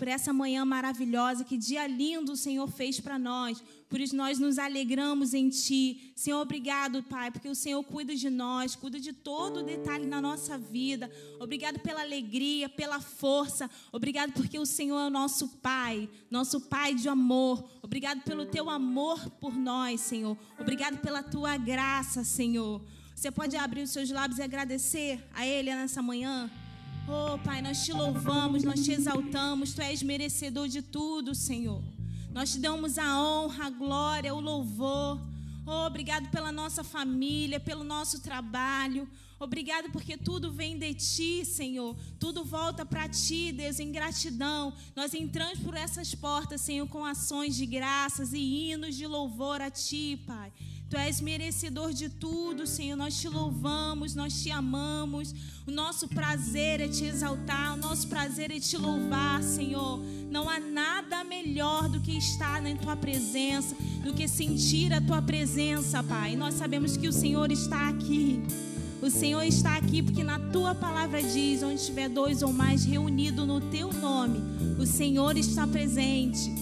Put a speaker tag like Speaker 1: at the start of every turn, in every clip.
Speaker 1: por essa manhã maravilhosa, que dia lindo o Senhor fez para nós. Por isso nós nos alegramos em Ti. Senhor, obrigado, Pai, porque o Senhor cuida de nós, cuida de todo detalhe na nossa vida. Obrigado pela alegria, pela força. Obrigado porque o Senhor é o nosso Pai de amor. Obrigado pelo Teu amor por nós, Senhor. Obrigado pela Tua graça, Senhor. Você pode abrir os seus lábios e agradecer a Ele nessa manhã? Oh, Pai, nós Te louvamos, nós Te exaltamos. Tu és merecedor de tudo, Senhor. Nós Te damos a honra, a glória, o louvor. Oh, obrigado pela nossa família, pelo nosso trabalho. Obrigado porque tudo vem de Ti, Senhor. Tudo volta para Ti, Deus, em gratidão. Nós entramos por essas portas, Senhor, com ações de graças e hinos de louvor a Ti, Pai. Tu és merecedor de tudo, Senhor. Nós Te louvamos, nós Te amamos. O nosso prazer é Te exaltar, o nosso prazer é Te louvar, Senhor. Não há nada melhor do que estar na Tua presença, do que sentir a Tua presença, Pai. Nós sabemos que o Senhor está aqui. O Senhor está aqui porque na Tua palavra diz, onde estiver 2 ou mais reunidos no Teu nome, o Senhor está presente.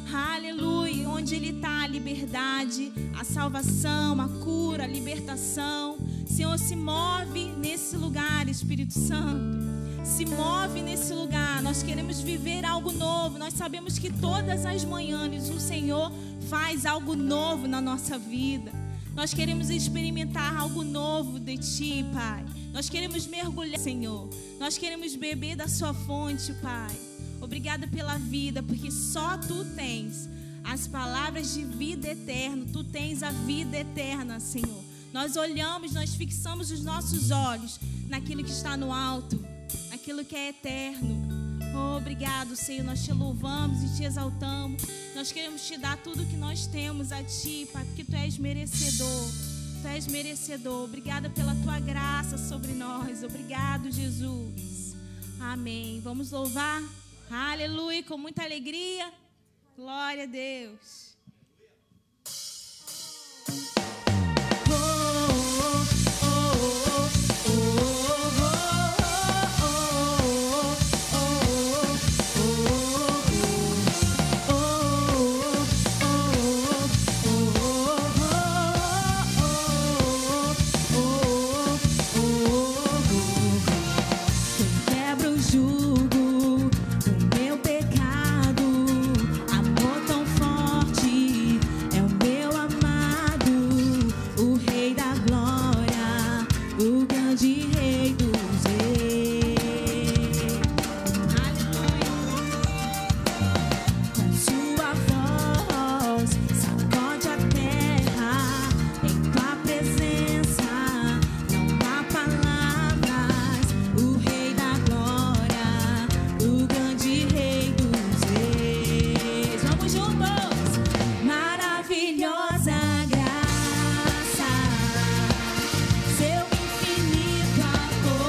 Speaker 1: Aleluia, onde Ele está, a liberdade, a salvação, a cura, a libertação. Senhor, se move nesse lugar, Espírito Santo. Se move nesse lugar. Nós queremos viver algo novo. Nós sabemos que todas as manhãs o Senhor faz algo novo na nossa vida. Nós queremos experimentar algo novo de Ti, Pai. Nós queremos mergulhar, Senhor. Nós queremos beber da Sua fonte, Pai. Obrigada pela vida, porque só Tu tens as palavras de vida eterna. Tu tens a vida eterna, Senhor. Nós olhamos, nós fixamos os nossos olhos naquilo que está no alto, naquilo que é eterno. Oh, obrigado, Senhor. Nós Te louvamos e Te exaltamos. Nós queremos Te dar tudo que nós temos a Ti, Pai, porque Tu és merecedor. Tu és merecedor. Obrigada pela Tua graça sobre nós. Obrigado, Jesus. Amém. Vamos louvar. Aleluia, com muita alegria. Glória a Deus.
Speaker 2: Seu infinito amor.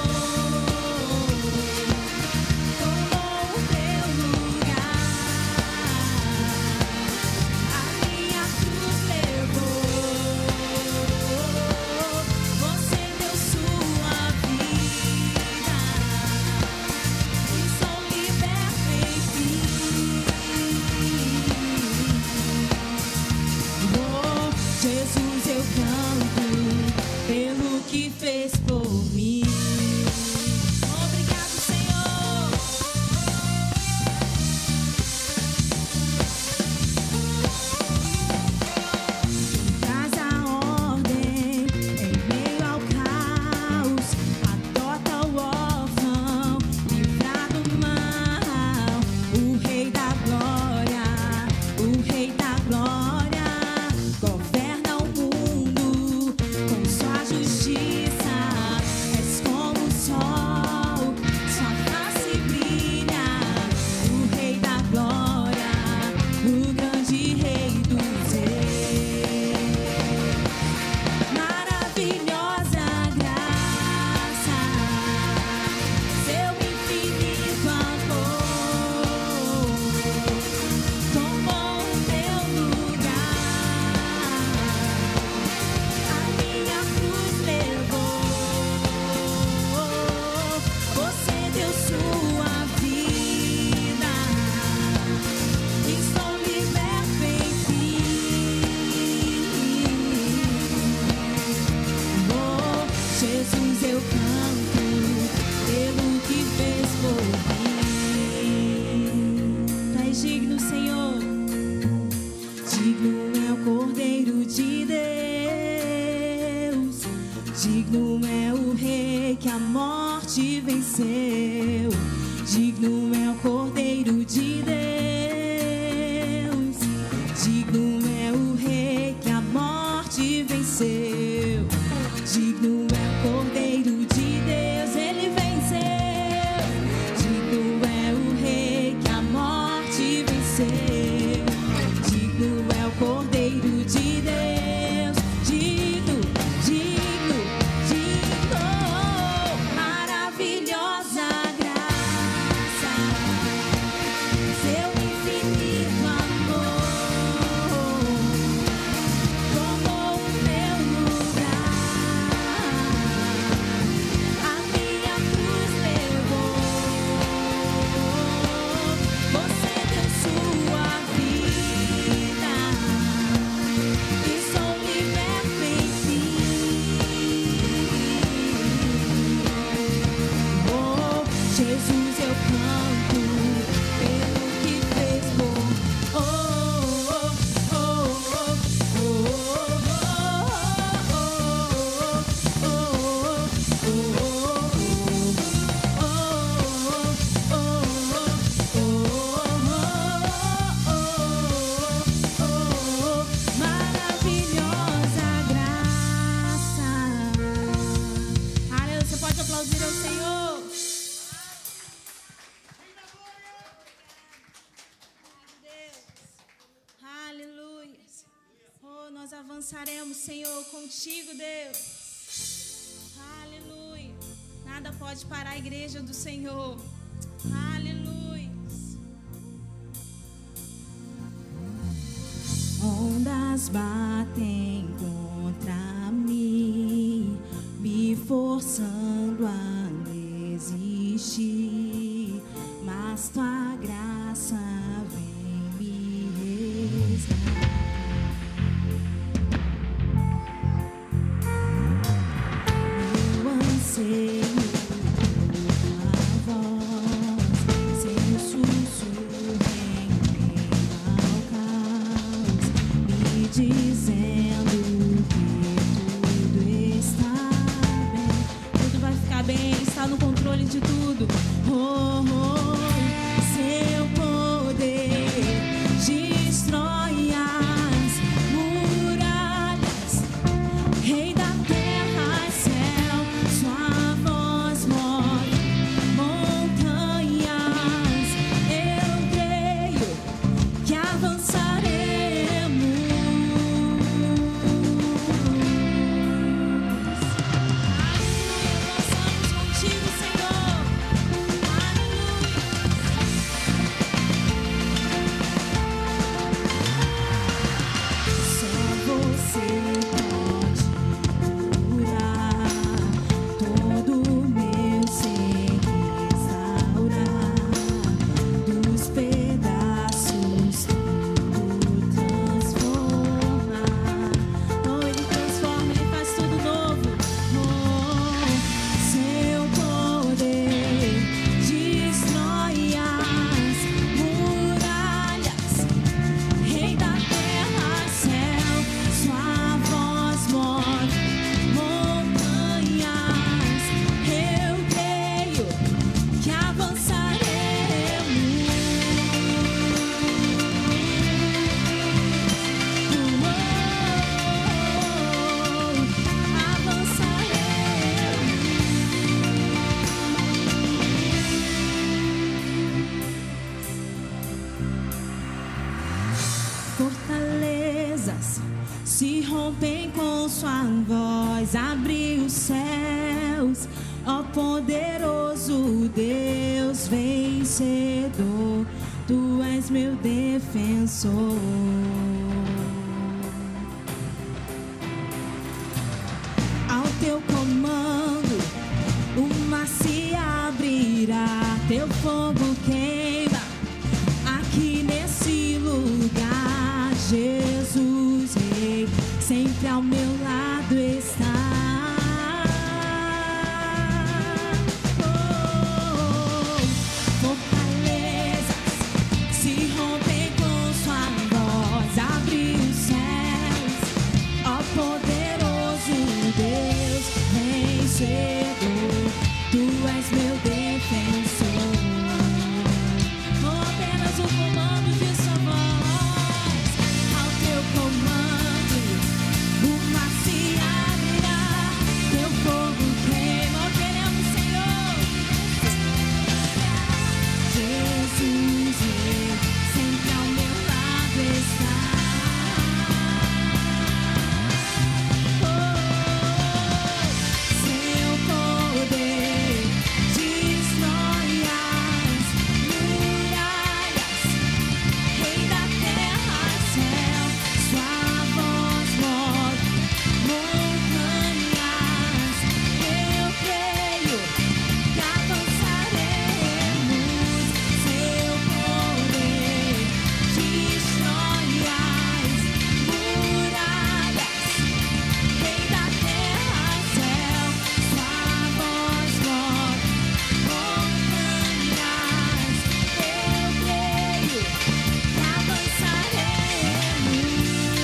Speaker 1: morte venceu. Digno é o Cordeiro de Deus. Digno é o Rei que a morte venceu. Digno é o Cordeiro de Deus, ele venceu. Digno é o Rei que a morte venceu. Digno é o Cordeiro de Deus. Digno, digno, digno. Maravilhosa graça, seu infinito amor tomou o meu lugar. A minha cruz levou. Você deu sua vida e sou liberto em ti. Oh, Jesus, eu canto pelo que fez por. Oh, oh, oh, oh, maravilhosa graça. Aleluia, você pode aplaudir ao Senhor. Aleluia. Oh, nós avançaremos, Senhor, contigo, Deus. Aleluia. Nada pode parar a igreja do Senhor. Aleluia. Ondas batem contra mim, me forçando a desistir, mas tua graça vem me resgatar. Eu anseio tua voz, seu sussurro em meio ao caos, me dizendo que tudo está bem. Tudo vai ficar bem, Ele está no controle de tudo. Oh, oh, seu poder destrói as muralhas, Rei da terra e céu, sua voz move montanhas. Eu creio que avançaremos. Avançamos contigo, Senhor. Aleluia. Só você pode curar todo o meu ser, restaurar dos pedaços, tudo transformar. Oh, Ele transforma, Ele faz tudo novo. Oh, seu poder destrói as muralhas, Rei da terra e céu, sua voz move montanhas. Eu creio que avançaremos. Fortalezas se rompem com sua voz, abre os céus, ó poderoso Deus vencedor, tu és meu defensor. Ao teu comando, o mar se abrirá, teu fogo queima aqui nesse lugar. Jesus, Rei, sempre ao meu lado está. Oh, fortalezas se rompem com sua voz, abre os céus, ó poderoso Deus vencedor, tu és meu defensor. Ou apenas o comando de sua voz. Ao teu comando, o mar se abrirá, teu fogo queima. Oh, queremos, Senhor. Jesus, sempre ao meu lado está. Seu poder destrói as muralhas, Rei da terra e céu, sua voz move montanhas. Eu creio que avançaremos. Seu poder destrói as muralhas, Rei da terra e céu, sua voz move montanhas. Eu creio que avançaremos.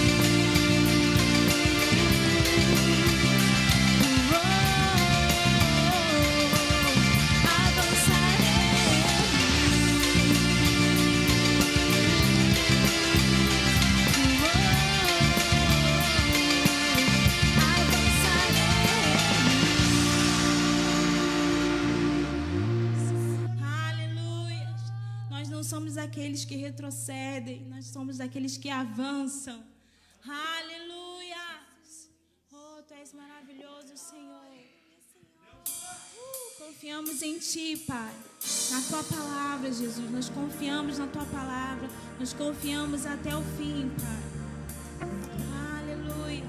Speaker 1: Aleluia. Nós não somos aqueles que retrocedem, nós somos aqueles que avançam. Aleluia. Oh, tu és maravilhoso, Senhor. Confiamos em Ti, Pai, na Tua palavra, Jesus. Nós confiamos na Tua palavra, nós confiamos até o fim, Pai. Aleluia.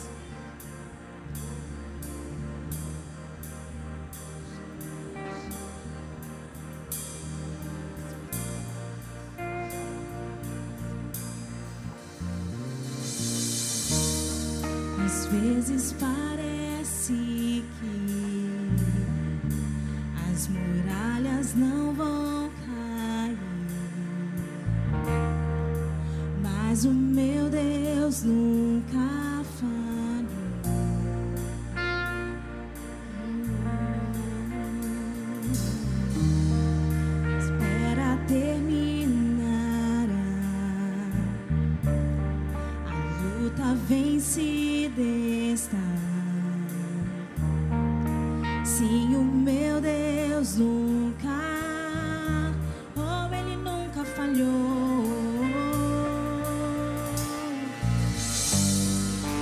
Speaker 1: Às vezes parece que as muralhas não vão cair, mas o meu Deus nunca falhou. Espera terminará, a luta vencida está. Sim, o meu Deus nunca, oh, Ele nunca falhou.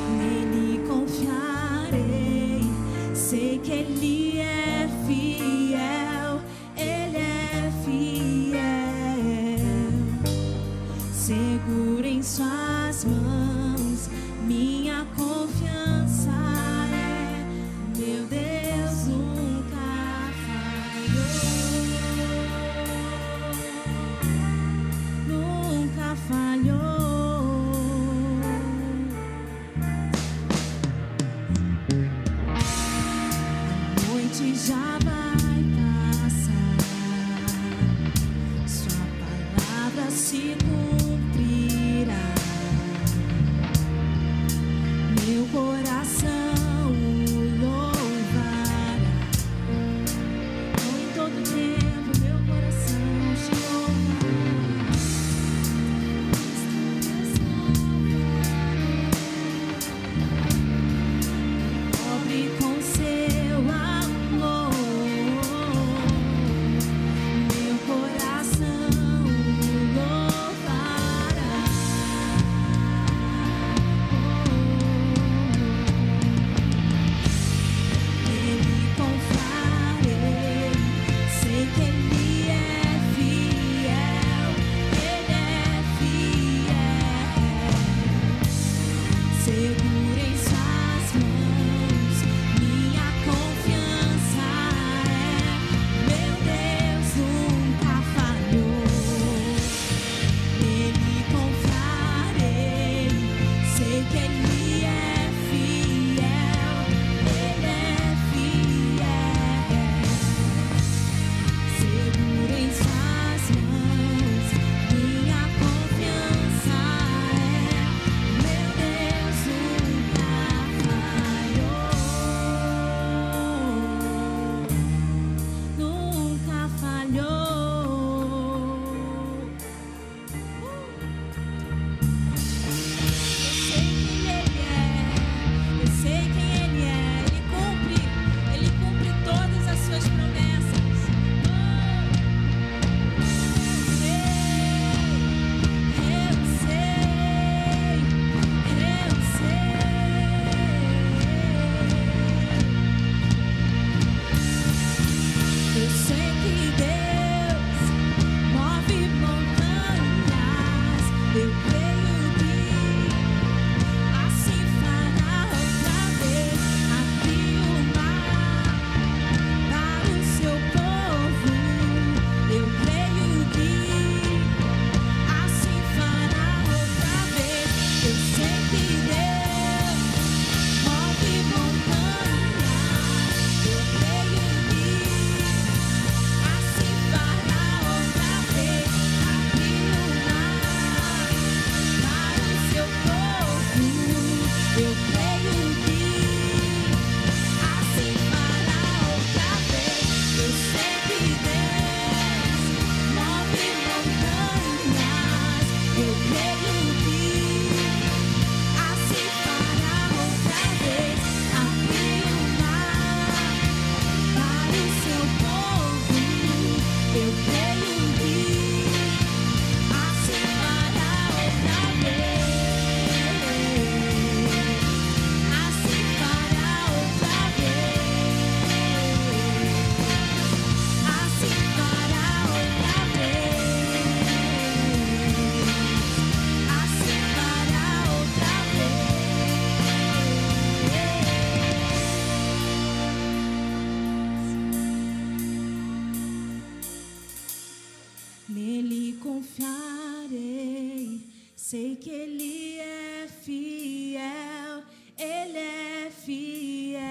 Speaker 1: confiarei. Sei que Ele é fiel, Ele é fiel.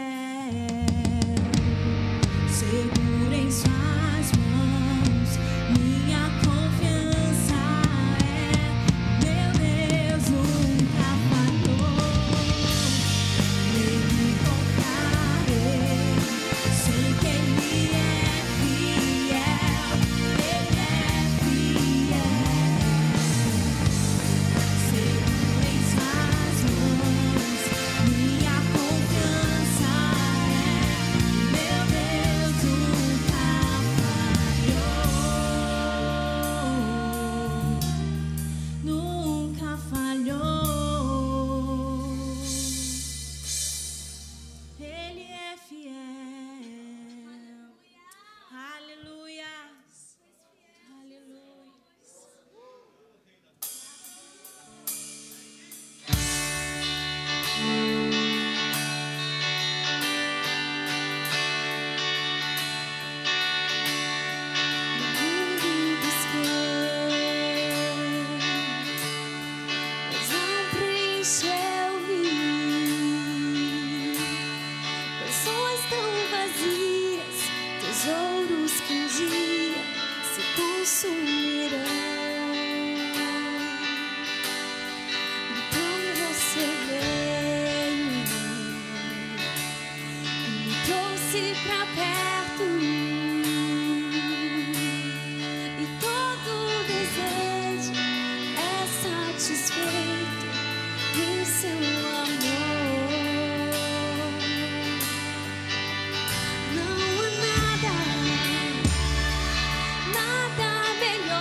Speaker 1: Seguro em suas mãos, minha confiança é. Meu Deus nunca falhou. Nele confiarei. Sei que Ele é fiel, Ele é fiel. Seguro em suas mãos, minha confiança é. Meu Deus nunca falhou, nunca falhou. Ele é fiel. Aleluias. Aleluias. No mundo busquei, mas não preencheu-me. Pessoas tão vazias, tesouros que um dia se consumirão. Então você veio e me trouxe pra perto, e todo desejo é satisfeito em seu amor. Não há nada, nada melhor.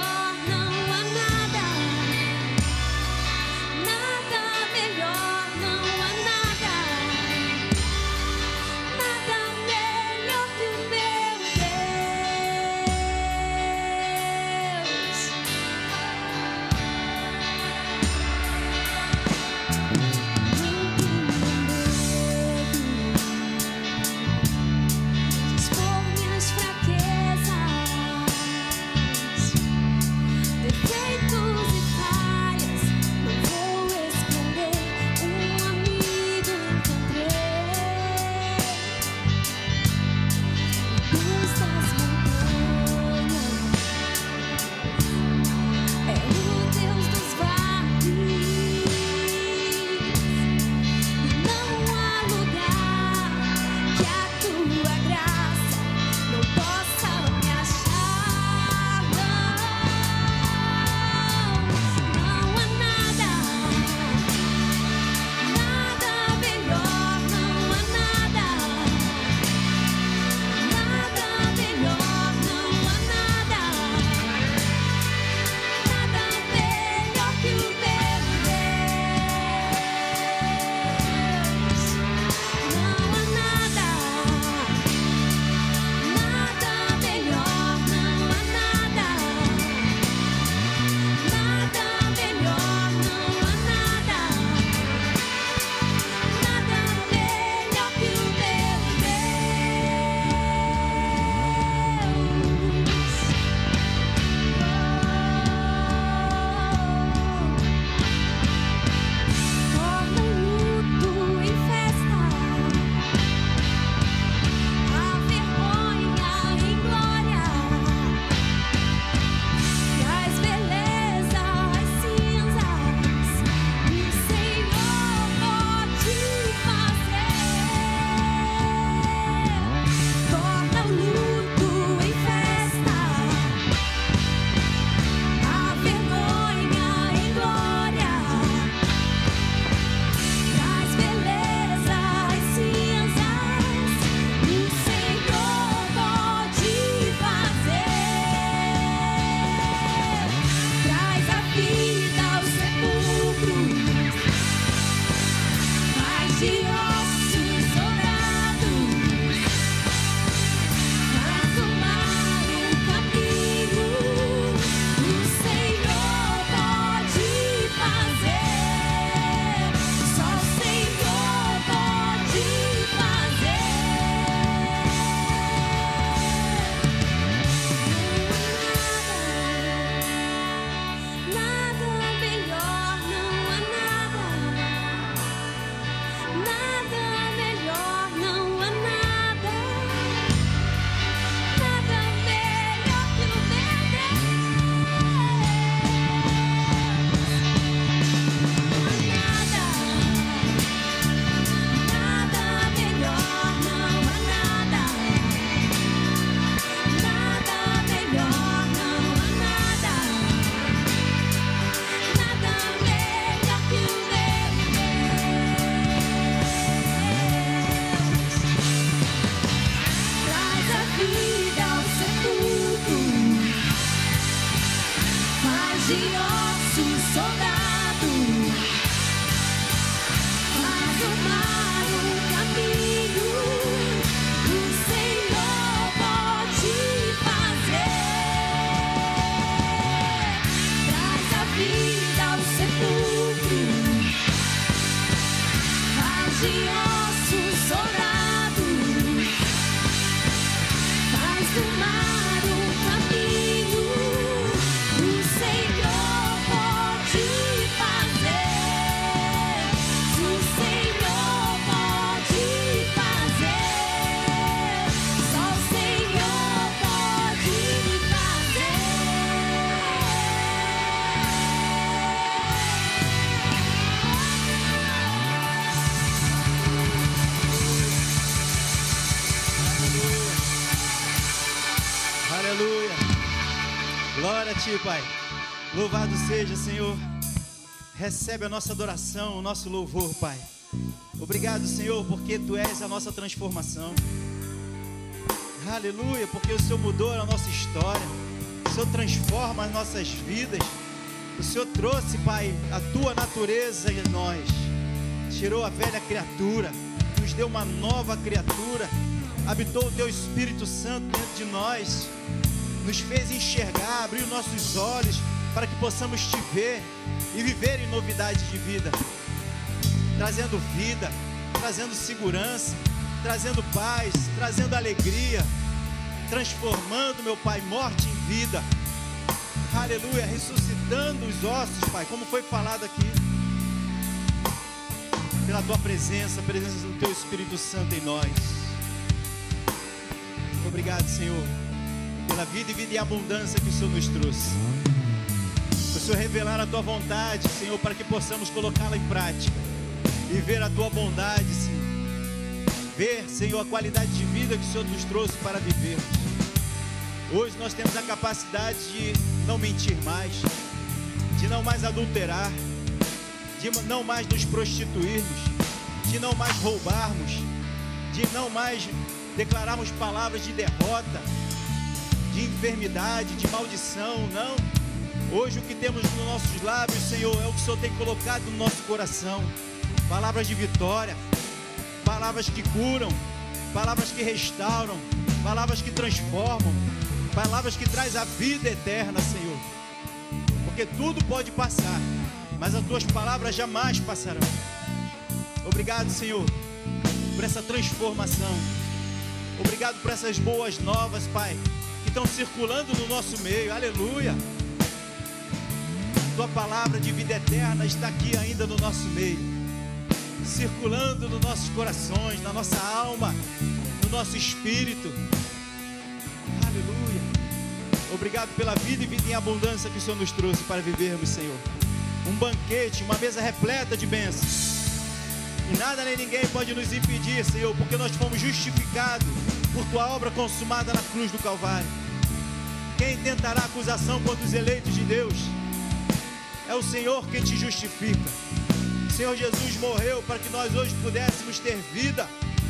Speaker 2: Aleluia. Glória a Ti, Pai. Louvado seja, Senhor. Recebe a nossa adoração, o nosso louvor, Pai. Obrigado, Senhor, porque Tu és a nossa transformação. Aleluia, porque o Senhor mudou a nossa história. O Senhor transforma as nossas vidas. O Senhor trouxe, Pai, a Tua natureza em nós. Tirou a velha criatura, nos deu uma nova criatura. Habitou o Teu Espírito Santo dentro de nós. Nos fez enxergar, abriu nossos olhos para que possamos Te ver e viver em novidade de vida, trazendo vida, trazendo segurança, trazendo paz, trazendo alegria, transformando, meu Pai, morte em vida. Aleluia, ressuscitando os ossos, Pai, como foi falado aqui, pela Tua presença, a presença do Teu Espírito Santo em nós. Obrigado, Senhor, pela vida e vida em abundância que o Senhor nos trouxe. O Senhor revelar a Tua vontade, Senhor, para que possamos colocá-la em prática e ver a Tua bondade, Senhor. Ver, Senhor, a qualidade de vida que o Senhor nos trouxe para vivermos. Hoje nós temos a capacidade de não mentir mais, de não mais adulterar, de não mais nos prostituirmos, de não mais roubarmos, de não mais declararmos palavras de derrota, de enfermidade, de maldição, não. Hoje o que temos nos nossos lábios, Senhor, é o que o Senhor tem colocado no nosso coração. Palavras de vitória, palavras que curam, palavras que restauram, palavras que transformam, palavras que trazem a vida eterna, Senhor. Porque tudo pode passar, mas as Tuas palavras jamais passarão. Obrigado, Senhor, por essa transformação. Obrigado por essas boas novas, Pai, que estão circulando no nosso meio. Aleluia. Tua palavra de vida eterna está aqui ainda no nosso meio, circulando nos nossos corações, na nossa alma, no nosso espírito. Aleluia. Obrigado pela vida e vida em abundância que o Senhor nos trouxe para vivermos, Senhor. Um banquete, uma mesa repleta de bênçãos. E nada nem ninguém pode nos impedir, Senhor, porque nós fomos justificados por Tua obra consumada na cruz do Calvário. Quem tentará acusação contra os eleitos de Deus? É o Senhor quem te justifica. O Senhor Jesus morreu para que nós hoje pudéssemos ter vida.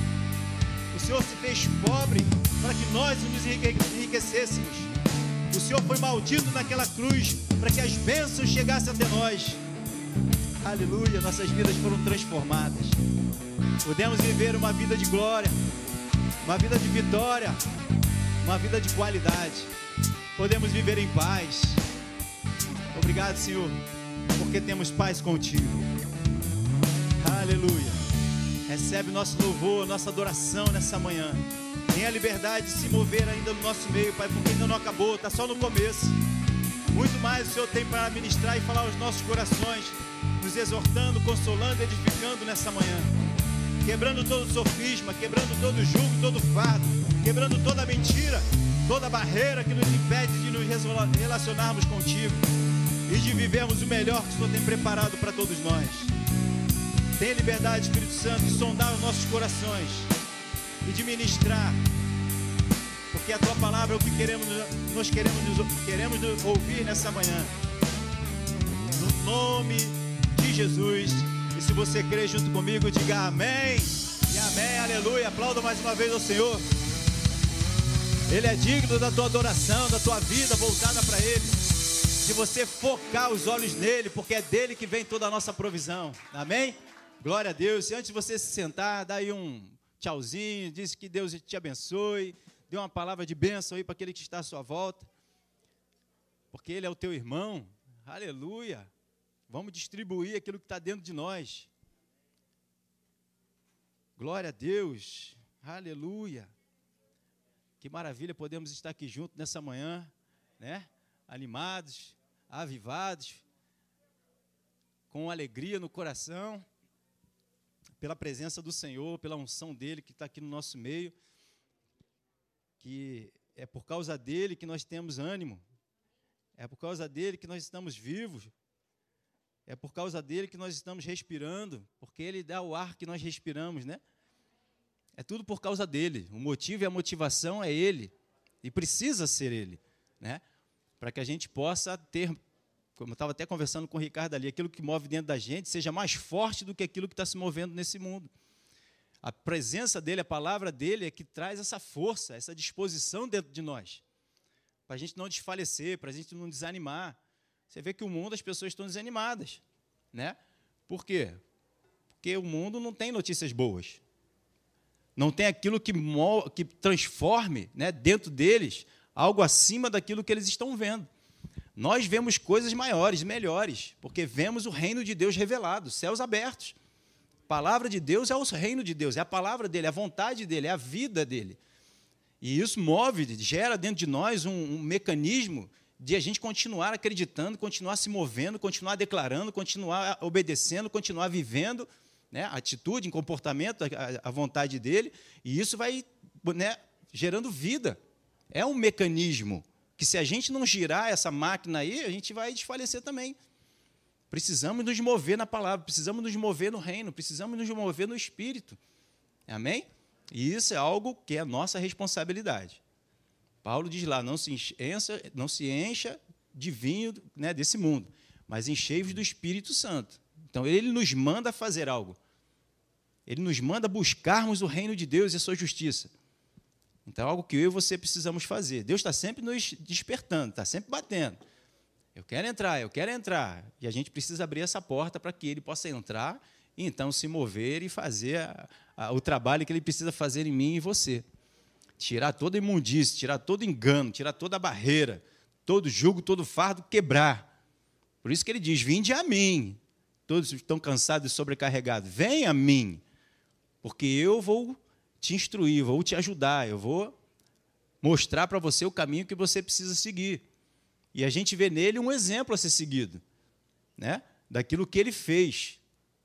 Speaker 2: O Senhor se fez pobre para que nós nos enriquecêssemos. O Senhor foi maldito naquela cruz para que as bênçãos chegassem até nós. Aleluia, nossas vidas foram transformadas. Podemos viver uma vida de glória, uma vida de vitória, uma vida de qualidade. Podemos viver em paz. Obrigado, Senhor, porque temos paz contigo. Aleluia. Recebe nosso louvor, nossa adoração nessa manhã. Tenha a liberdade de se mover ainda no nosso meio, Pai, porque ainda não acabou, está só no começo. Muito mais o Senhor tem para ministrar e falar aos nossos corações, nos exortando, consolando, edificando nessa manhã. Quebrando todo o sofisma, quebrando todo o jugo, todo o fardo, quebrando toda a mentira, toda a barreira que nos impede de nos relacionarmos contigo e de vivermos o melhor que o Senhor tem preparado para todos nós. Tenha liberdade, Espírito Santo, de sondar os nossos corações e de ministrar, porque a Tua palavra é o que nós queremos ouvir nessa manhã. No nome de Jesus. E se você crê junto comigo, diga amém e amém, aleluia. Aplauda mais uma vez ao Senhor. Ele é digno da tua adoração, da tua vida voltada para Ele, de você focar os olhos nele, porque é dele que vem toda a nossa provisão. Amém? Glória a Deus. E antes de você se sentar, dá aí um tchauzinho, diz que Deus te abençoe, dê uma palavra de bênção aí para aquele que está à sua volta, porque ele é o teu irmão. Aleluia. Vamos distribuir aquilo que está dentro de nós. Glória a Deus. Aleluia. Que maravilha podemos estar aqui juntos nessa manhã, né? Animados, avivados, com alegria no coração, pela presença do Senhor, pela unção dEle que está aqui no nosso meio, que é por causa dEle que nós temos ânimo, é por causa dEle que nós estamos vivos, é por causa dEle que nós estamos respirando, porque Ele dá o ar que nós respiramos, né? É tudo por causa dEle, o motivo e a motivação é Ele. E precisa ser Ele, né? Para que a gente possa ter, como eu estava até conversando com o Ricardo ali, aquilo que move dentro da gente seja mais forte do que aquilo que está se movendo nesse mundo. A presença dele, a palavra dele é que traz essa força, essa disposição dentro de nós, para a gente não desfalecer, para a gente não desanimar. Você vê que o mundo, as pessoas estão desanimadas, né? Por quê? Porque o mundo não tem notícias boas. Não tem aquilo que transforme, né, dentro deles algo acima daquilo que eles estão vendo. Nós vemos coisas maiores, melhores, porque vemos o reino de Deus revelado, céus abertos. A palavra de Deus é o reino de Deus, é a palavra dele, é a vontade dele, é a vida dele. E isso move, gera dentro de nós um mecanismo de a gente continuar acreditando, continuar se movendo, continuar declarando, continuar obedecendo, continuar vivendo, né, atitude, em comportamento, a vontade dele, e isso vai, né, gerando vida. É um mecanismo que, se a gente não girar essa máquina aí, a gente vai desfalecer também. Precisamos nos mover na palavra, precisamos nos mover no reino, precisamos nos mover no Espírito. Amém? E isso é algo que é nossa responsabilidade. Paulo diz lá, não se encha de vinho, né, desse mundo, mas enchei-vos do Espírito Santo. Então, ele nos manda fazer algo. Ele nos manda buscarmos o reino de Deus e a sua justiça. Então, é algo que eu e você precisamos fazer. Deus está sempre nos despertando, está sempre batendo. Eu quero entrar. E a gente precisa abrir essa porta para que ele possa entrar e, então, se mover e fazer o trabalho que ele precisa fazer em mim e em você. Tirar toda imundície, tirar todo engano, tirar toda a barreira, todo jugo, todo fardo, quebrar. Por isso que ele diz, vinde a mim. Todos estão cansados e sobrecarregados. Vem a mim, porque eu vou te instruir, vou te ajudar, eu vou mostrar para você o caminho que você precisa seguir. E a gente vê nele um exemplo a ser seguido, né? Daquilo que ele fez,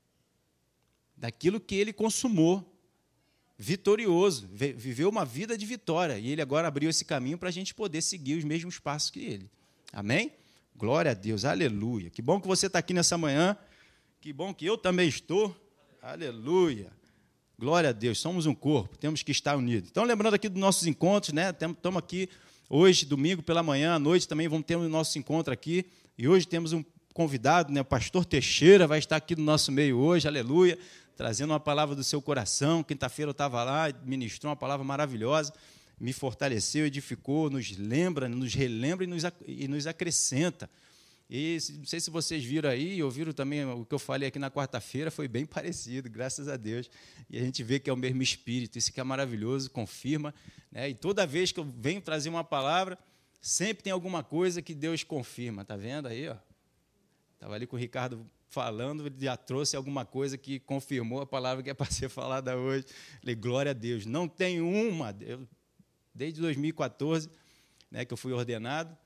Speaker 2: daquilo que ele consumou, vitorioso, viveu uma vida de vitória, e ele agora abriu esse caminho para a gente poder seguir os mesmos passos que ele. Amém? Glória a Deus, aleluia. Que bom que você está aqui nessa manhã. Que bom que eu também estou. Aleluia. Glória a Deus. Somos um corpo, temos que estar unidos. Então, lembrando aqui dos nossos encontros, né? Estamos aqui hoje, domingo pela manhã, à noite também vamos ter o nosso encontro aqui. E hoje temos um convidado, né? O pastor Teixeira vai estar aqui no nosso meio hoje, aleluia, trazendo uma palavra do seu coração. Quinta-feira eu estava lá, ministrou uma palavra maravilhosa, me fortaleceu, edificou, nos lembra, nos relembra e nos acrescenta. E não sei se vocês viram aí, ouviram também o que eu falei aqui na quarta-feira, foi bem parecido, graças a Deus. E a gente vê que é o mesmo Espírito, isso que é maravilhoso, confirma, né? E toda vez que eu venho trazer uma palavra, sempre tem alguma coisa que Deus confirma, está vendo aí? Estava ali com o Ricardo falando, ele já trouxe alguma coisa que confirmou a palavra que é para ser falada hoje. Falei, glória a Deus, não tem uma, desde 2014, né, que eu fui ordenado,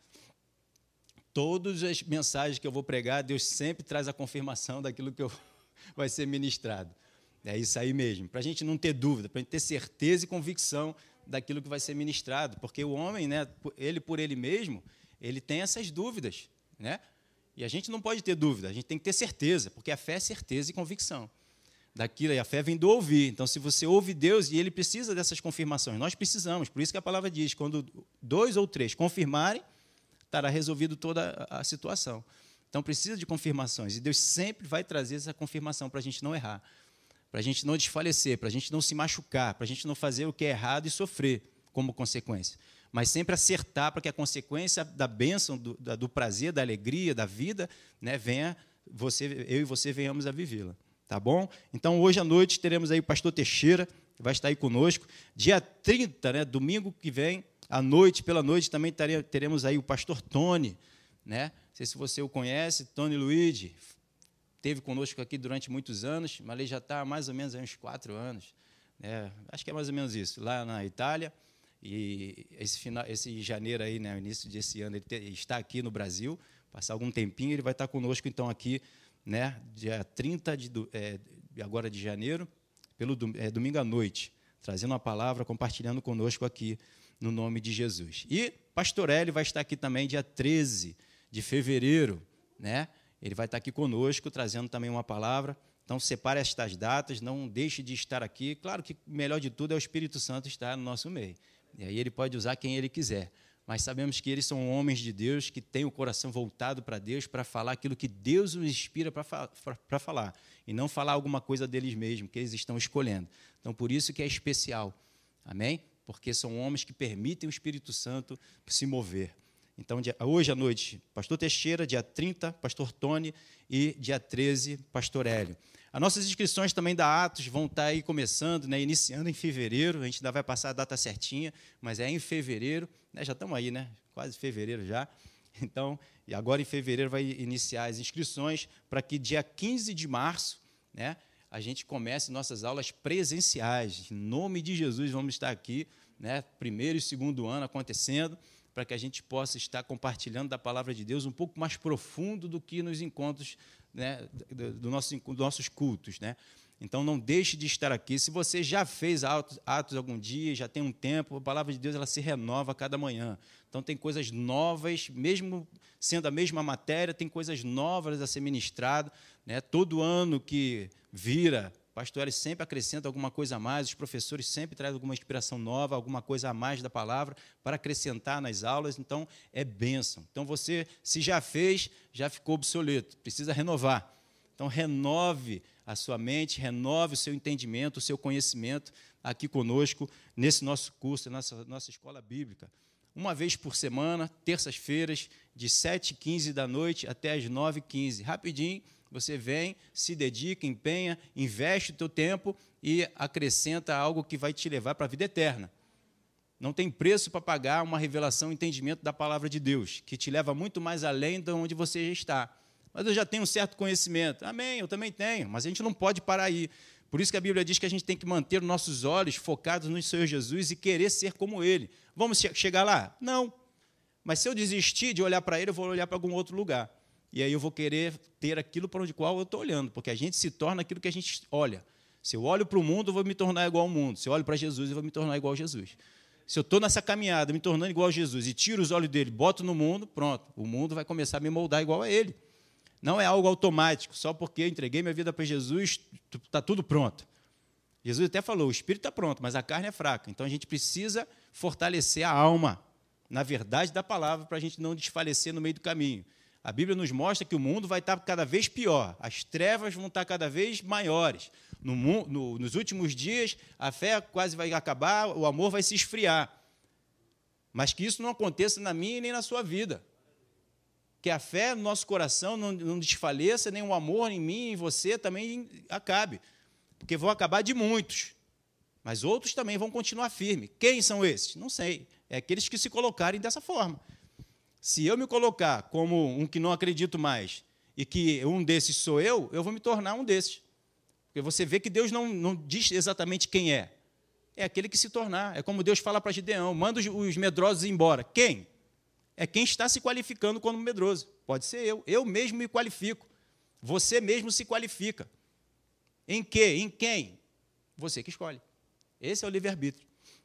Speaker 2: todas as mensagens que eu vou pregar, Deus sempre traz a confirmação daquilo que vai ser ministrado. É isso aí mesmo, para a gente não ter dúvida, para a gente ter certeza e convicção daquilo que vai ser ministrado, porque o homem, né, ele por ele mesmo, ele tem essas dúvidas, né? E a gente não pode ter dúvida, a gente tem que ter certeza, porque a fé é certeza e convicção daquilo, e a fé vem do ouvir. Então, se você ouve Deus, e ele precisa dessas confirmações, nós precisamos, por isso que a palavra diz, quando 2 ou 3 confirmarem, estará resolvido toda a situação. Então, precisa de confirmações. E Deus sempre vai trazer essa confirmação para a gente não errar, para a gente não desfalecer, para a gente não se machucar, para a gente não fazer o que é errado e sofrer como consequência. Mas sempre acertar para que a consequência da bênção, do prazer, da alegria, da vida, né, venha, eu e você venhamos a vivê-la. Tá bom? Então, hoje à noite, teremos aí o pastor Teixeira, que vai estar aí conosco. Dia 30, né, domingo que vem, à noite, pela noite, também teremos aí o pastor Tony, né? Não sei se você o conhece, Tony Luigi, esteve conosco aqui durante muitos anos, mas ele já está há mais ou menos uns 4 anos, né? Acho que é mais ou menos isso, lá na Itália, e esse janeiro aí, né, início desse ano, ele está aqui no Brasil, passar algum tempinho, ele vai estar conosco, então, aqui, né, dia 30 agora de janeiro, domingo à noite, trazendo uma palavra, compartilhando conosco aqui, no nome de Jesus. E pastor Hélio vai estar aqui também dia 13 de fevereiro, né? Ele vai estar aqui conosco, trazendo também uma palavra. Então, separe estas datas, não deixe de estar aqui. Claro que o melhor de tudo é o Espírito Santo estar no nosso meio. E aí ele pode usar quem ele quiser. Mas sabemos que eles são homens de Deus, que têm o coração voltado para Deus, para falar aquilo que Deus os inspira para falar. E não falar alguma coisa deles mesmos, que eles estão escolhendo. Então, por isso que é especial. Amém? Porque são homens que permitem o Espírito Santo se mover. Então, hoje à noite, pastor Teixeira, dia 30, pastor Tony, e dia 13, pastor Hélio. As nossas inscrições também da Atos vão estar aí começando, né, iniciando em fevereiro. A gente ainda vai passar a data certinha, mas é em fevereiro. Né, já estamos aí, né? Quase fevereiro já. Então, e agora em fevereiro vai iniciar as inscrições para que dia 15 de março, né, a gente comece nossas aulas presenciais. Em nome de Jesus, vamos estar aqui, né, primeiro e segundo ano acontecendo, para que a gente possa estar compartilhando da palavra de Deus um pouco mais profundo do que nos encontros, né, dos nossos cultos. Né? Então, não deixe de estar aqui. Se você já fez atos algum dia, já tem um tempo, a palavra de Deus ela se renova a cada manhã. Então, tem coisas novas, mesmo sendo a mesma matéria, tem coisas novas a ser ministrado. Né? Todo ano que vira, o pastor Hélio sempre acrescenta alguma coisa a mais, os professores sempre trazem alguma inspiração nova, alguma coisa a mais da palavra para acrescentar nas aulas. Então, é bênção. Então, você, se já fez, já ficou obsoleto, precisa renovar. Então, renove a sua mente, renove o seu entendimento, o seu conhecimento aqui conosco, nesse nosso curso, nossa escola bíblica. Uma vez por semana, terças-feiras, de 7h15 da noite até as 9h15. Rapidinho, você vem, se dedica, empenha, investe o teu tempo e acrescenta algo que vai te levar para a vida eterna. Não tem preço para pagar uma revelação, um entendimento da palavra de Deus, que te leva muito mais além de onde você já está. Mas eu já tenho um certo conhecimento. Amém, eu também tenho, mas a gente não pode parar aí. Por isso que a Bíblia diz que a gente tem que manter os nossos olhos focados no Senhor Jesus e querer ser como Ele. Vamos chegar lá? Não. Mas se eu desistir de olhar para Ele, eu vou olhar para algum outro lugar. E aí eu vou querer ter aquilo para onde qual eu estou olhando, porque a gente se torna aquilo que a gente olha. Se eu olho para o mundo, eu vou me tornar igual ao mundo. Se eu olho para Jesus, eu vou me tornar igual a Jesus. Se eu estou nessa caminhada, me tornando igual a Jesus, e tiro os olhos dele, boto no mundo, pronto, o mundo vai começar a me moldar igual a ele. Não é algo automático, só porque eu entreguei minha vida para Jesus, está tudo pronto. Jesus até falou, o espírito está pronto, mas a carne é fraca. Então, a gente precisa fortalecer a alma, na verdade da palavra, para a gente não desfalecer no meio do caminho. A Bíblia nos mostra que o mundo vai estar cada vez pior, as trevas vão estar cada vez maiores. Nos últimos dias, a fé quase vai acabar, o amor vai se esfriar. Mas que isso não aconteça na minha e nem na sua vida. Que a fé no nosso coração não desfaleça, nem o amor em mim e em você também acabe. Porque vão acabar de muitos, mas outros também vão continuar firmes. Quem são esses? Não sei. É aqueles que se colocarem dessa forma. Se eu me colocar como um que não acredito mais e que um desses sou eu vou me tornar um desses. Porque você vê que Deus não diz exatamente quem é. É aquele que se tornar. É como Deus fala para Gideão, manda os medrosos embora. Quem? É quem está se qualificando como medroso. Pode ser eu. Eu mesmo me qualifico. Você mesmo se qualifica. Em quê? Em quem? Você que escolhe. Esse é o livre-arbítrio.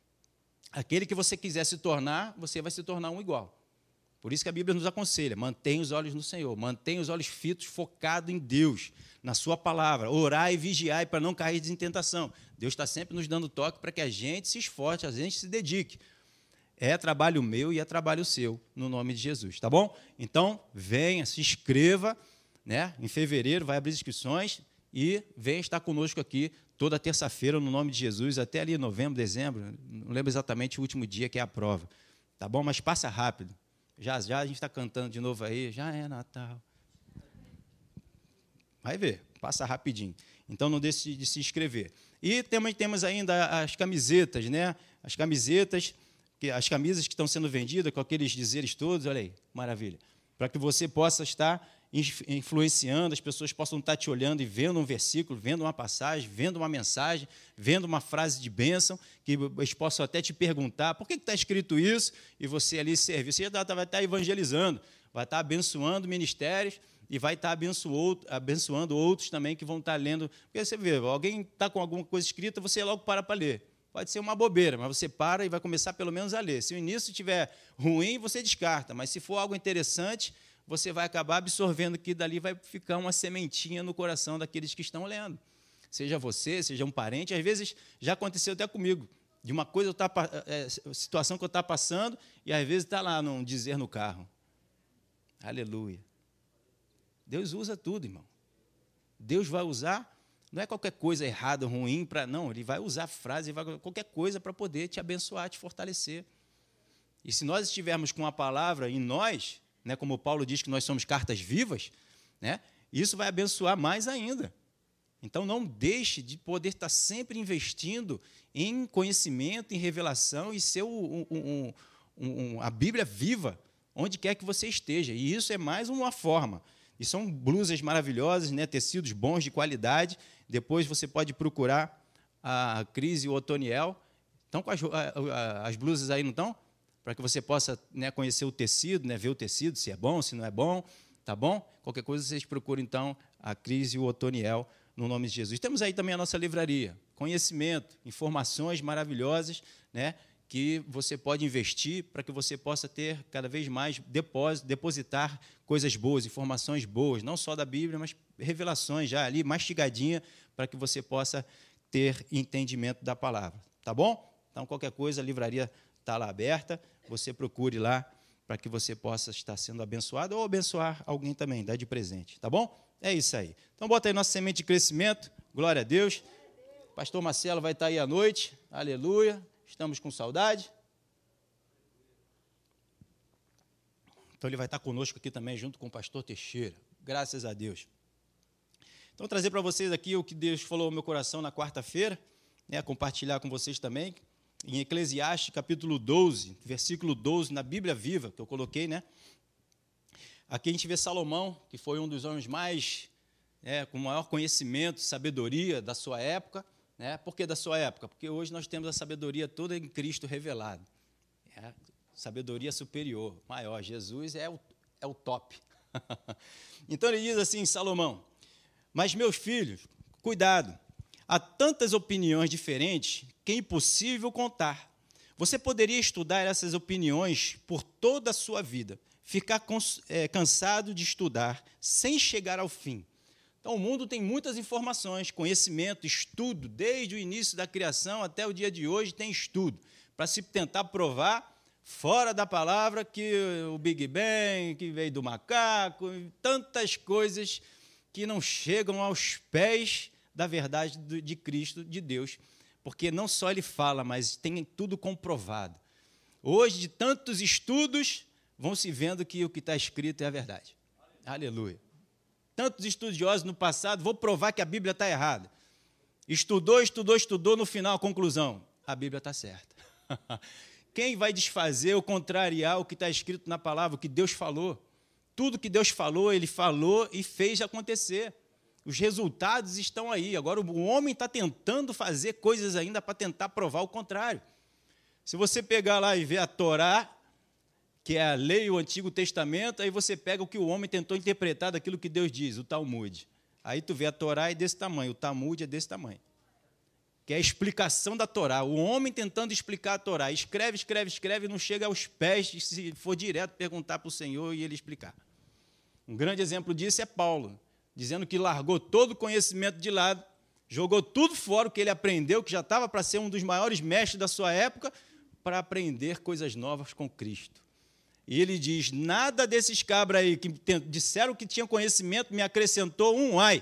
Speaker 2: Aquele que você quiser se tornar, você vai se tornar um igual. Por isso que a Bíblia nos aconselha, mantenha os olhos no Senhor, mantenha os olhos fitos, focados em Deus, na sua palavra, orar e vigiar para não cair em tentação. Deus está sempre nos dando toque para que a gente se esforce, a gente se dedique. É trabalho meu e é trabalho seu, no nome de Jesus, tá bom? Então, venha, se inscreva, né? Em fevereiro vai abrir inscrições e venha estar conosco aqui toda terça-feira, no nome de Jesus, até ali novembro, dezembro, não lembro exatamente o último dia que é a prova, tá bom? Mas passa rápido. Já a gente está cantando de novo aí, já é Natal. Vai ver, passa rapidinho. Então, não deixe de se inscrever. E temos ainda as camisetas, né? As camisas que estão sendo vendidas com aqueles dizeres todos, olha aí, maravilha. Para que você possa estar influenciando, as pessoas possam estar te olhando e vendo um versículo, vendo uma passagem, vendo uma mensagem, vendo uma frase de bênção, que eles possam até te perguntar, por que está escrito isso? E você ali servir. Você já vai estar evangelizando, vai estar abençoando ministérios e vai estar abençoando outros também que vão estar lendo. Porque você vê, alguém está com alguma coisa escrita, você logo para ler. Pode ser uma bobeira, mas você para e vai começar pelo menos a ler. Se o início estiver ruim, você descarta, mas se for algo interessante, você vai acabar absorvendo que dali vai ficar uma sementinha no coração daqueles que estão lendo. Seja você, seja um parente. Às vezes, já aconteceu até comigo. de uma coisa, situação que eu estou passando, e às vezes está lá num dizer no carro. Aleluia. Deus usa tudo, irmão. Deus vai usar, não é qualquer coisa errada, ruim, não, Ele vai usar frase, qualquer coisa para poder te abençoar, te fortalecer. E se nós estivermos com a palavra em nós, né, como Paulo diz que nós somos cartas vivas, né, isso vai abençoar mais ainda. Então, não deixe de poder estar sempre investindo em conhecimento, em revelação e ser a Bíblia viva, onde quer que você esteja. E isso é mais uma forma. E são blusas maravilhosas, né, tecidos bons, de qualidade. Depois você pode procurar a Cris e o Otoniel. Estão com as blusas aí, não estão? Para que você possa, né, conhecer o tecido, né, ver o tecido, se é bom, se não é bom. Tá bom? Qualquer coisa, vocês procuram, então, a Cris e o Otoniel, no nome de Jesus. Temos aí também a nossa livraria. Conhecimento, informações maravilhosas, né, que você pode investir para que você possa ter cada vez mais depositar coisas boas, informações boas, não só da Bíblia, mas revelações já ali, mastigadinha, para que você possa ter entendimento da palavra. Tá bom? Então, qualquer coisa, a livraria está lá aberta, você procure lá para que você possa estar sendo abençoado ou abençoar alguém também, dar de presente. Tá bom? É isso aí. Então, bota aí nossa semente de crescimento, glória a Deus. Pastor Marcelo vai estar aí à noite, aleluia. Estamos com saudade. Então, ele vai estar conosco aqui também, junto com o pastor Teixeira. Graças a Deus. Então, trazer para vocês aqui o que Deus falou ao meu coração na quarta-feira, né, compartilhar com vocês também, em Eclesiastes, capítulo 12, versículo 12, na Bíblia Viva, que eu coloquei, né? Aqui a gente vê Salomão, que foi um dos homens mais, com maior conhecimento, sabedoria da sua época. Né? Por que da sua época? Porque hoje nós temos a sabedoria toda em Cristo revelado. Sabedoria superior, maior. Jesus é o top. Então ele diz assim, Salomão: mas, meus filhos, cuidado, há tantas opiniões diferentes que é impossível contar. Você poderia estudar essas opiniões por toda a sua vida, ficar cansado de estudar, sem chegar ao fim. Então, o mundo tem muitas informações, conhecimento, estudo, desde o início da criação até o dia de hoje tem estudo, para se tentar provar, fora da palavra, que o Big Bang, que veio do macaco, tantas coisas que não chegam aos pés da verdade de Cristo, de Deus, porque não só ele fala, mas tem tudo comprovado. Hoje, de tantos estudos, vão se vendo que o que está escrito é a verdade. Aleluia. Tantos estudiosos no passado, vou provar que a Bíblia está errada. Estudou, no final, a conclusão, a Bíblia está certa. Quem vai desfazer ou contrariar o que está escrito na palavra, o que Deus falou? Tudo que Deus falou, Ele falou e fez acontecer. Os resultados estão aí. Agora, o homem está tentando fazer coisas ainda para tentar provar o contrário. Se você pegar lá e ver a Torá, que é a lei, o Antigo Testamento, aí você pega o que o homem tentou interpretar daquilo que Deus diz, o Talmud. Aí tu vê a Torá é desse tamanho, o Talmud é desse tamanho. Que é a explicação da Torá. O homem tentando explicar a Torá. Escreve, e não chega aos pés, se for direto perguntar para o Senhor e ele explicar. Um grande exemplo disso é Paulo, dizendo que largou todo o conhecimento de lado, jogou tudo fora o que ele aprendeu, que já estava para ser um dos maiores mestres da sua época, para aprender coisas novas com Cristo. E ele diz, nada desses cabras aí que disseram que tinham conhecimento me acrescentou um ai.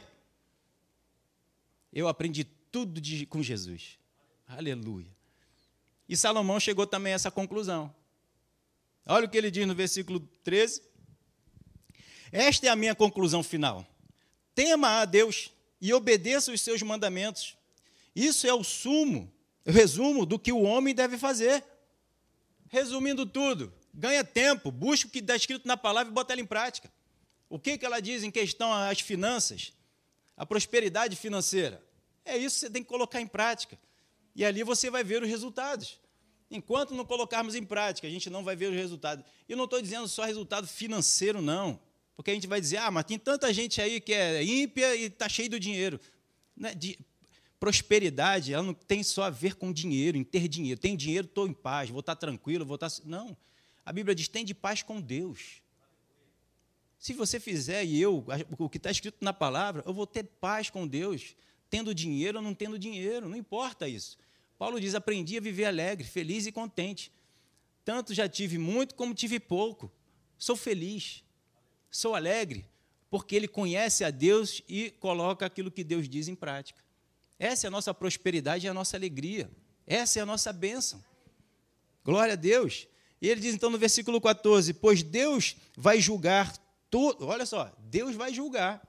Speaker 2: Eu aprendi tudo com Jesus. Aleluia. E Salomão chegou também a essa conclusão. Olha o que ele diz no versículo 13. Esta é a minha conclusão final. Tema a Deus e obedeça os seus mandamentos. Isso é o resumo do que o homem deve fazer. Resumindo tudo, ganha tempo, busca o que está escrito na palavra e bota ela em prática. O que ela diz em questão às finanças, a prosperidade financeira? É isso que você tem que colocar em prática. E ali você vai ver os resultados. Enquanto não colocarmos em prática, a gente não vai ver os resultados. E eu não estou dizendo só resultado financeiro, não. Porque a gente vai dizer, mas tem tanta gente aí que é ímpia e está cheio do dinheiro. Prosperidade, ela não tem só a ver com dinheiro, em ter dinheiro. Tem dinheiro, estou em paz, vou estar tranquilo, vou estar... Não. A Bíblia diz, tem de paz com Deus. Se você fizer o que está escrito na palavra, eu vou ter paz com Deus, tendo dinheiro ou não tendo dinheiro, não importa isso.
Speaker 3: Paulo diz, aprendi a viver alegre, feliz e contente. Tanto já tive muito como tive pouco. Sou feliz, sou alegre, porque ele conhece a Deus e coloca aquilo que Deus diz em prática. Essa é a nossa prosperidade e a nossa alegria. Essa é a nossa bênção. Glória a Deus. E ele diz então no versículo 14, pois Deus vai julgar tudo. Olha só, Deus vai julgar.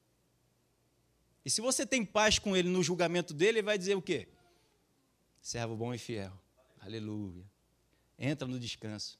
Speaker 3: E se você tem paz com ele no julgamento dele, ele vai dizer o quê? Servo bom e fiel. Aleluia. Entra no descanso.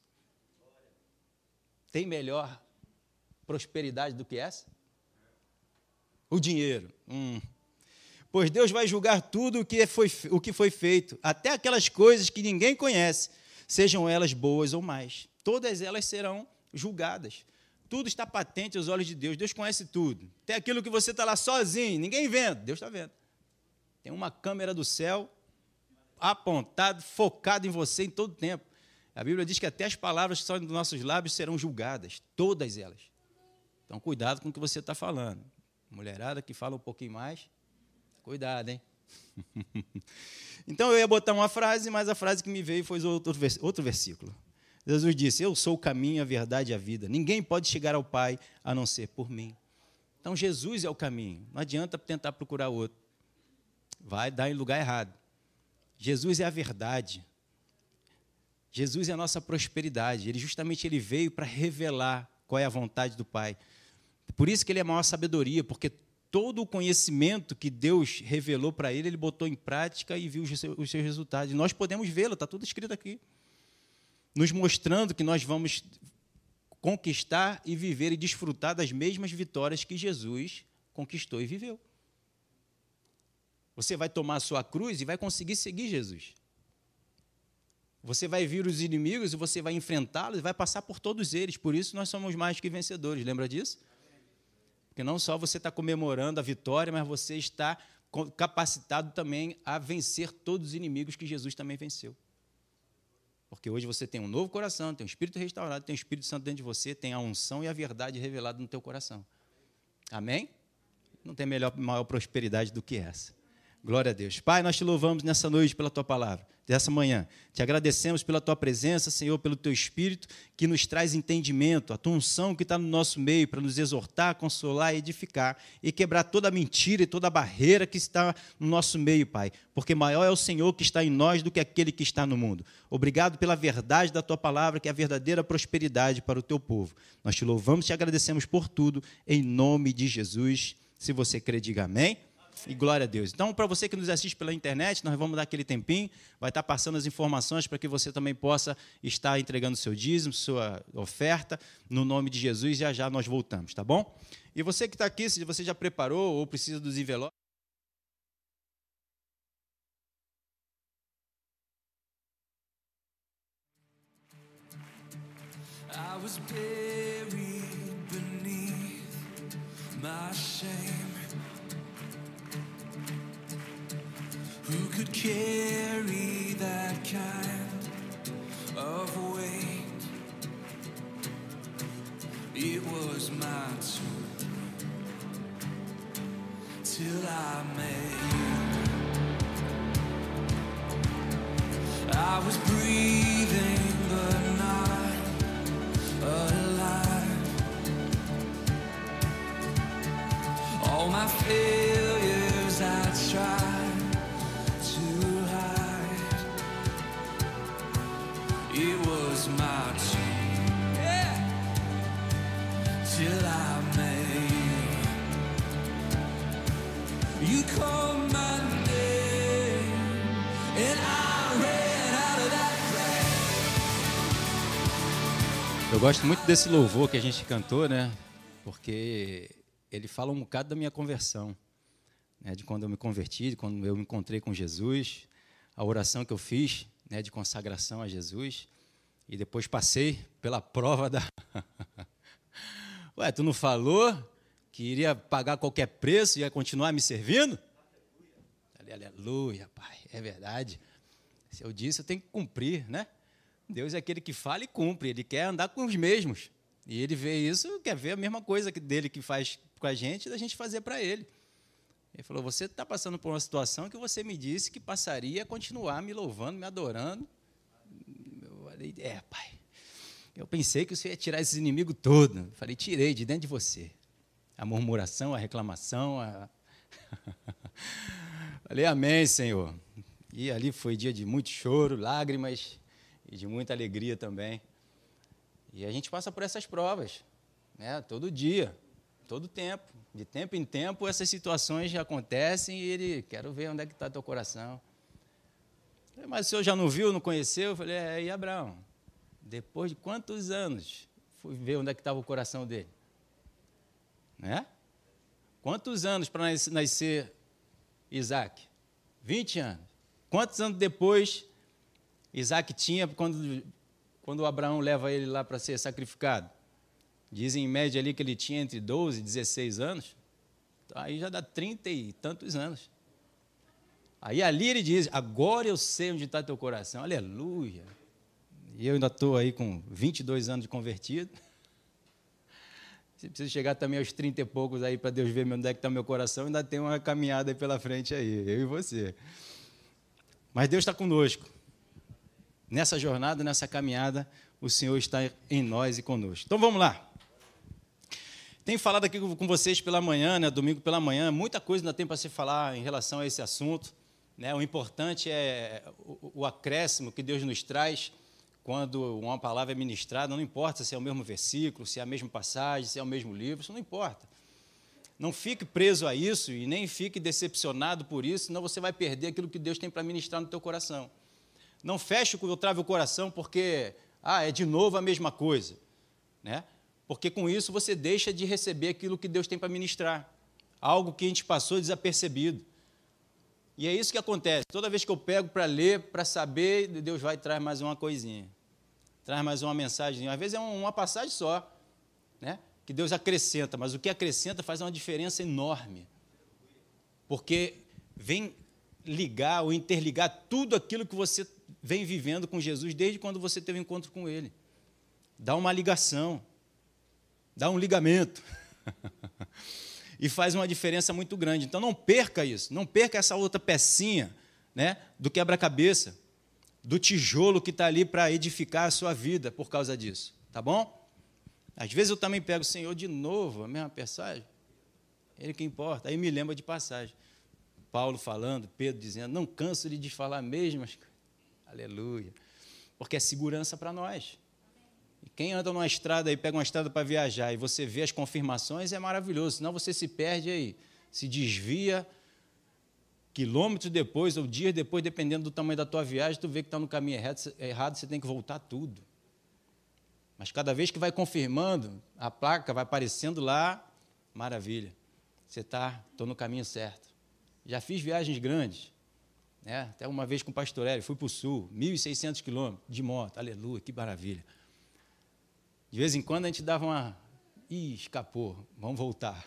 Speaker 3: Tem melhor prosperidade do que essa? O dinheiro. Pois Deus vai julgar tudo o que foi feito, até aquelas coisas que ninguém conhece, sejam elas boas ou más. Todas elas serão julgadas. Tudo está patente aos olhos de Deus. Deus conhece tudo. Até aquilo que você está lá sozinho, ninguém vendo, Deus está vendo. Tem uma câmera do céu apontado, focado em você em todo tempo. A Bíblia diz que até as palavras que saem dos nossos lábios serão julgadas, todas elas. Então, cuidado com o que você está falando. Mulherada que fala um pouquinho mais, cuidado, hein? Então, eu ia botar uma frase, mas a frase que me veio foi outro versículo. Jesus disse, eu sou o caminho, a verdade e a vida. Ninguém pode chegar ao Pai a não ser por mim. Então, Jesus é o caminho. Não adianta tentar procurar outro. Vai dar em lugar errado. Jesus é a verdade. Jesus é a nossa prosperidade. Ele veio para revelar qual é a vontade do Pai. Por isso que ele é a maior sabedoria, porque todo o conhecimento que Deus revelou para ele, ele botou em prática e viu os seus resultados. E nós podemos vê-lo, está tudo escrito aqui. Nos mostrando que nós vamos conquistar e viver e desfrutar das mesmas vitórias que Jesus conquistou e viveu. Você vai tomar a sua cruz e vai conseguir seguir Jesus. Você vai vir os inimigos e você vai enfrentá-los e vai passar por todos eles. Por isso nós somos mais que vencedores. Lembra disso? Porque não só você está comemorando a vitória, mas você está capacitado também a vencer todos os inimigos que Jesus também venceu. Porque hoje você tem um novo coração, tem um Espírito restaurado, tem o Espírito Santo dentro de você, tem a unção e a verdade revelada no teu coração. Amém? Não tem maior prosperidade do que essa. Glória a Deus. Pai, nós te louvamos nessa noite pela tua palavra, dessa manhã. Te agradecemos pela tua presença, Senhor, pelo teu Espírito, que nos traz entendimento, a tua unção que está no nosso meio para nos exortar, consolar, edificar e quebrar toda a mentira e toda a barreira que está no nosso meio, Pai. Porque maior é o Senhor que está em nós do que aquele que está no mundo. Obrigado pela verdade da tua palavra, que é a verdadeira prosperidade para o teu povo. Nós te louvamos e te agradecemos por tudo, em nome de Jesus. Se você crê, diga amém. E glória a Deus. Então, para você que nos assiste pela internet, nós vamos dar aquele tempinho, vai estar passando as informações para que você também possa estar entregando seu dízimo, sua oferta, no nome de Jesus, já já nós voltamos, tá bom? E você que está aqui, se você já preparou ou precisa dos envelopes,
Speaker 4: I was buried beneath my shame. Who could carry that kind of weight? It was my turn till I made it. I was breathing but not alive. All my failures I tried my turn, yeah, till I made you call my name, and I ran out of that place.
Speaker 3: Eu gosto muito desse louvor que a gente cantou, né? Porque ele fala um bocado da minha conversão, né? De quando eu me converti, de quando eu me encontrei com Jesus, a oração que eu fiz, né? De consagração a Jesus. E depois passei pela prova da... Ué, tu não falou que iria pagar qualquer preço e ia continuar me servindo? Aleluia, Pai, é verdade. Se eu disse, eu tenho que cumprir, né? Deus é aquele que fala e cumpre, Ele quer andar com os mesmos. E Ele vê isso, quer ver a mesma coisa dele que faz com a gente, da gente fazer para Ele. Ele falou, você está passando por uma situação que você me disse que passaria a continuar me louvando, me adorando. Eu falei, pai, eu pensei que você ia tirar esses inimigos todos. Eu falei, tirei de dentro de você. A murmuração, a reclamação, Falei, amém, Senhor. E ali foi dia de muito choro, lágrimas e de muita alegria também. E a gente passa por essas provas, né? Todo dia, todo tempo. De tempo em tempo, essas situações já acontecem e ele, quero ver onde é que está teu coração. Falei, mas o senhor já não viu, não conheceu? Eu falei, e Abraão? Depois de quantos anos fui ver onde é que estava o coração dele? Né? Quantos anos para nascer Isaac? 20 anos. Quantos anos depois Isaac tinha quando Abraão leva ele lá para ser sacrificado? Dizem em média ali que ele tinha entre 12 e 16 anos. Aí já dá 30 e tantos anos. Aí ali ele diz, agora eu sei onde está teu coração. Aleluia. E eu ainda estou aí com 22 anos de convertido. Se preciso chegar também aos 30 e poucos aí para Deus ver onde é que está meu coração, ainda tem uma caminhada aí pela frente aí, eu e você. Mas Deus está conosco. Nessa jornada, nessa caminhada, o Senhor está em nós e conosco. Então vamos lá. Tenho falado aqui com vocês pela manhã, né, domingo pela manhã, muita coisa ainda tem para se falar em relação a esse assunto. Né? O importante é o acréscimo que Deus nos traz quando uma palavra é ministrada, não importa se é o mesmo versículo, se é a mesma passagem, se é o mesmo livro, isso não importa. Não fique preso a isso e nem fique decepcionado por isso, senão você vai perder aquilo que Deus tem para ministrar no teu coração. Não feche ou trave o coração porque, é de novo a mesma coisa, né? Porque com isso você deixa de receber aquilo que Deus tem para ministrar, algo que a gente passou desapercebido. E é isso que acontece, toda vez que eu pego para ler, para saber, Deus vai e traz mais uma coisinha, traz mais uma mensagem, às vezes é uma passagem só, né? Que Deus acrescenta, mas o que acrescenta faz uma diferença enorme, porque vem ligar ou interligar tudo aquilo que você vem vivendo com Jesus desde quando você teve um encontro com Ele. Dá uma ligação, dá um ligamento e faz uma diferença muito grande. Então não perca isso, não perca essa outra pecinha, né, do quebra-cabeça, do tijolo que está ali para edificar a sua vida por causa disso, tá bom? Às vezes eu também pego o Senhor de novo, a mesma passagem, Ele que importa, aí me lembra de passagem. Paulo falando, Pedro dizendo, não canso de falar mesmo, mas... aleluia, porque é segurança para nós. E quem anda numa estrada e pega uma estrada para viajar e você vê as confirmações, é maravilhoso, senão você se perde aí, se desvia, quilômetros depois ou dias depois, dependendo do tamanho da tua viagem, tu vê que está no caminho errado, você tem que voltar tudo. Mas cada vez que vai confirmando, a placa vai aparecendo lá, maravilha, você estou no caminho certo. Já fiz viagens grandes, né? Até uma vez com o pastor Hélio, fui para o sul, 1.600 quilômetros de moto, aleluia, que maravilha. De vez em quando a gente dava uma... escapou, vamos voltar.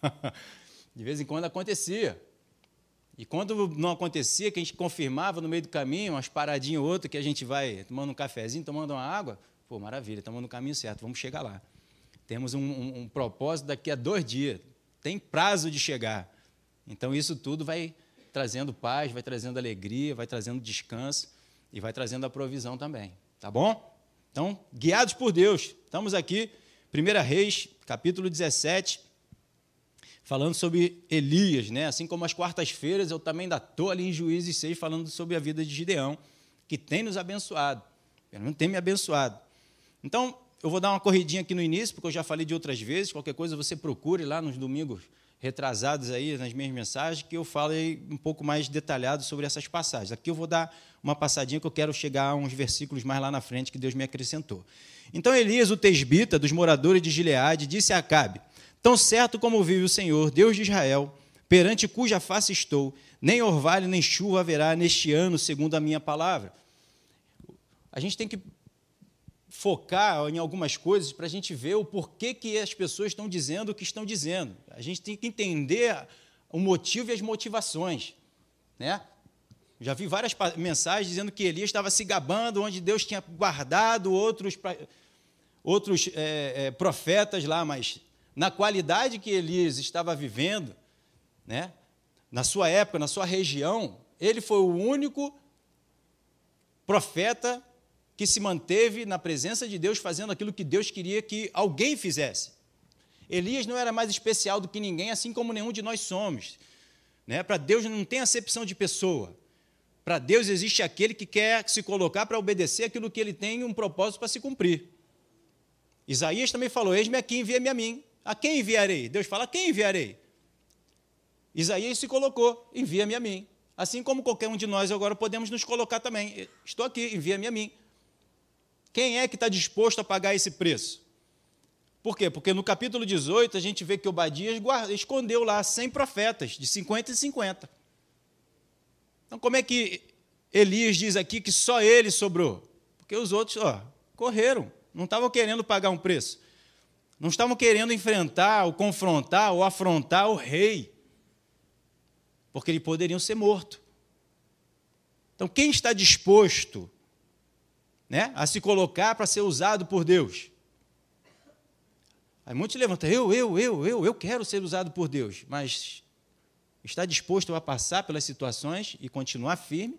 Speaker 3: De vez em quando acontecia. E quando não acontecia, que a gente confirmava no meio do caminho, umas paradinhas ou outra, que a gente vai tomando um cafezinho, tomando uma água, pô, maravilha, estamos no caminho certo, vamos chegar lá. Temos um propósito daqui a 2 dias, tem prazo de chegar. Então, isso tudo vai trazendo paz, vai trazendo alegria, vai trazendo descanso e vai trazendo a provisão também, tá bom? Então, guiados por Deus, estamos aqui, 1 Reis, capítulo 17, falando sobre Elias, né? Assim como às quartas-feiras, eu também ainda estou ali em Juízes 6, falando sobre a vida de Gideão, que tem nos abençoado, pelo menos tem me abençoado. Então, eu vou dar uma corridinha aqui no início, porque eu já falei de outras vezes, qualquer coisa você procure lá nos domingos retrasados aí, nas minhas mensagens, que eu falei um pouco mais detalhado sobre essas passagens. Aqui eu vou dar uma passadinha que eu quero chegar a uns versículos mais lá na frente que Deus me acrescentou. Então Elias, o tesbita, dos moradores de Gileade, disse a Acabe, tão certo como vive o Senhor, Deus de Israel, perante cuja face estou, nem orvalho nem chuva haverá neste ano, segundo a minha palavra. A gente tem que focar em algumas coisas para a gente ver o porquê que as pessoas estão dizendo o que estão dizendo. A gente tem que entender o motivo e as motivações, né? Já vi várias mensagens dizendo que Elias estava se gabando, onde Deus tinha guardado outros profetas lá, mas na qualidade que Elias estava vivendo, né? na sua época, na sua região, ele foi o único profeta que se manteve na presença de Deus, fazendo aquilo que Deus queria que alguém fizesse. Elias não era mais especial do que ninguém, assim como nenhum de nós somos. Para Deus não tem acepção de pessoa. Para Deus existe aquele que quer se colocar para obedecer aquilo que ele tem um propósito para se cumprir. Isaías também falou, eis-me aqui, envia-me a mim. A quem enviarei? Deus fala, a quem enviarei? Isaías se colocou, envia-me a mim. Assim como qualquer um de nós agora podemos nos colocar também. Estou aqui, envia-me a mim. Quem é que está disposto a pagar esse preço? Por quê? Porque no capítulo 18 a gente vê que Obadias escondeu lá 100 profetas, de 50 em 50. Então como é que Elias diz aqui que só ele sobrou? Porque os outros correram, não estavam querendo pagar um preço. Não estavam querendo enfrentar, ou confrontar, ou afrontar o rei. Porque eles poderiam ser mortos. Então, quem está disposto, a se colocar para ser usado por Deus? Aí muitos levantam, eu quero ser usado por Deus, mas está disposto a passar pelas situações e continuar firme?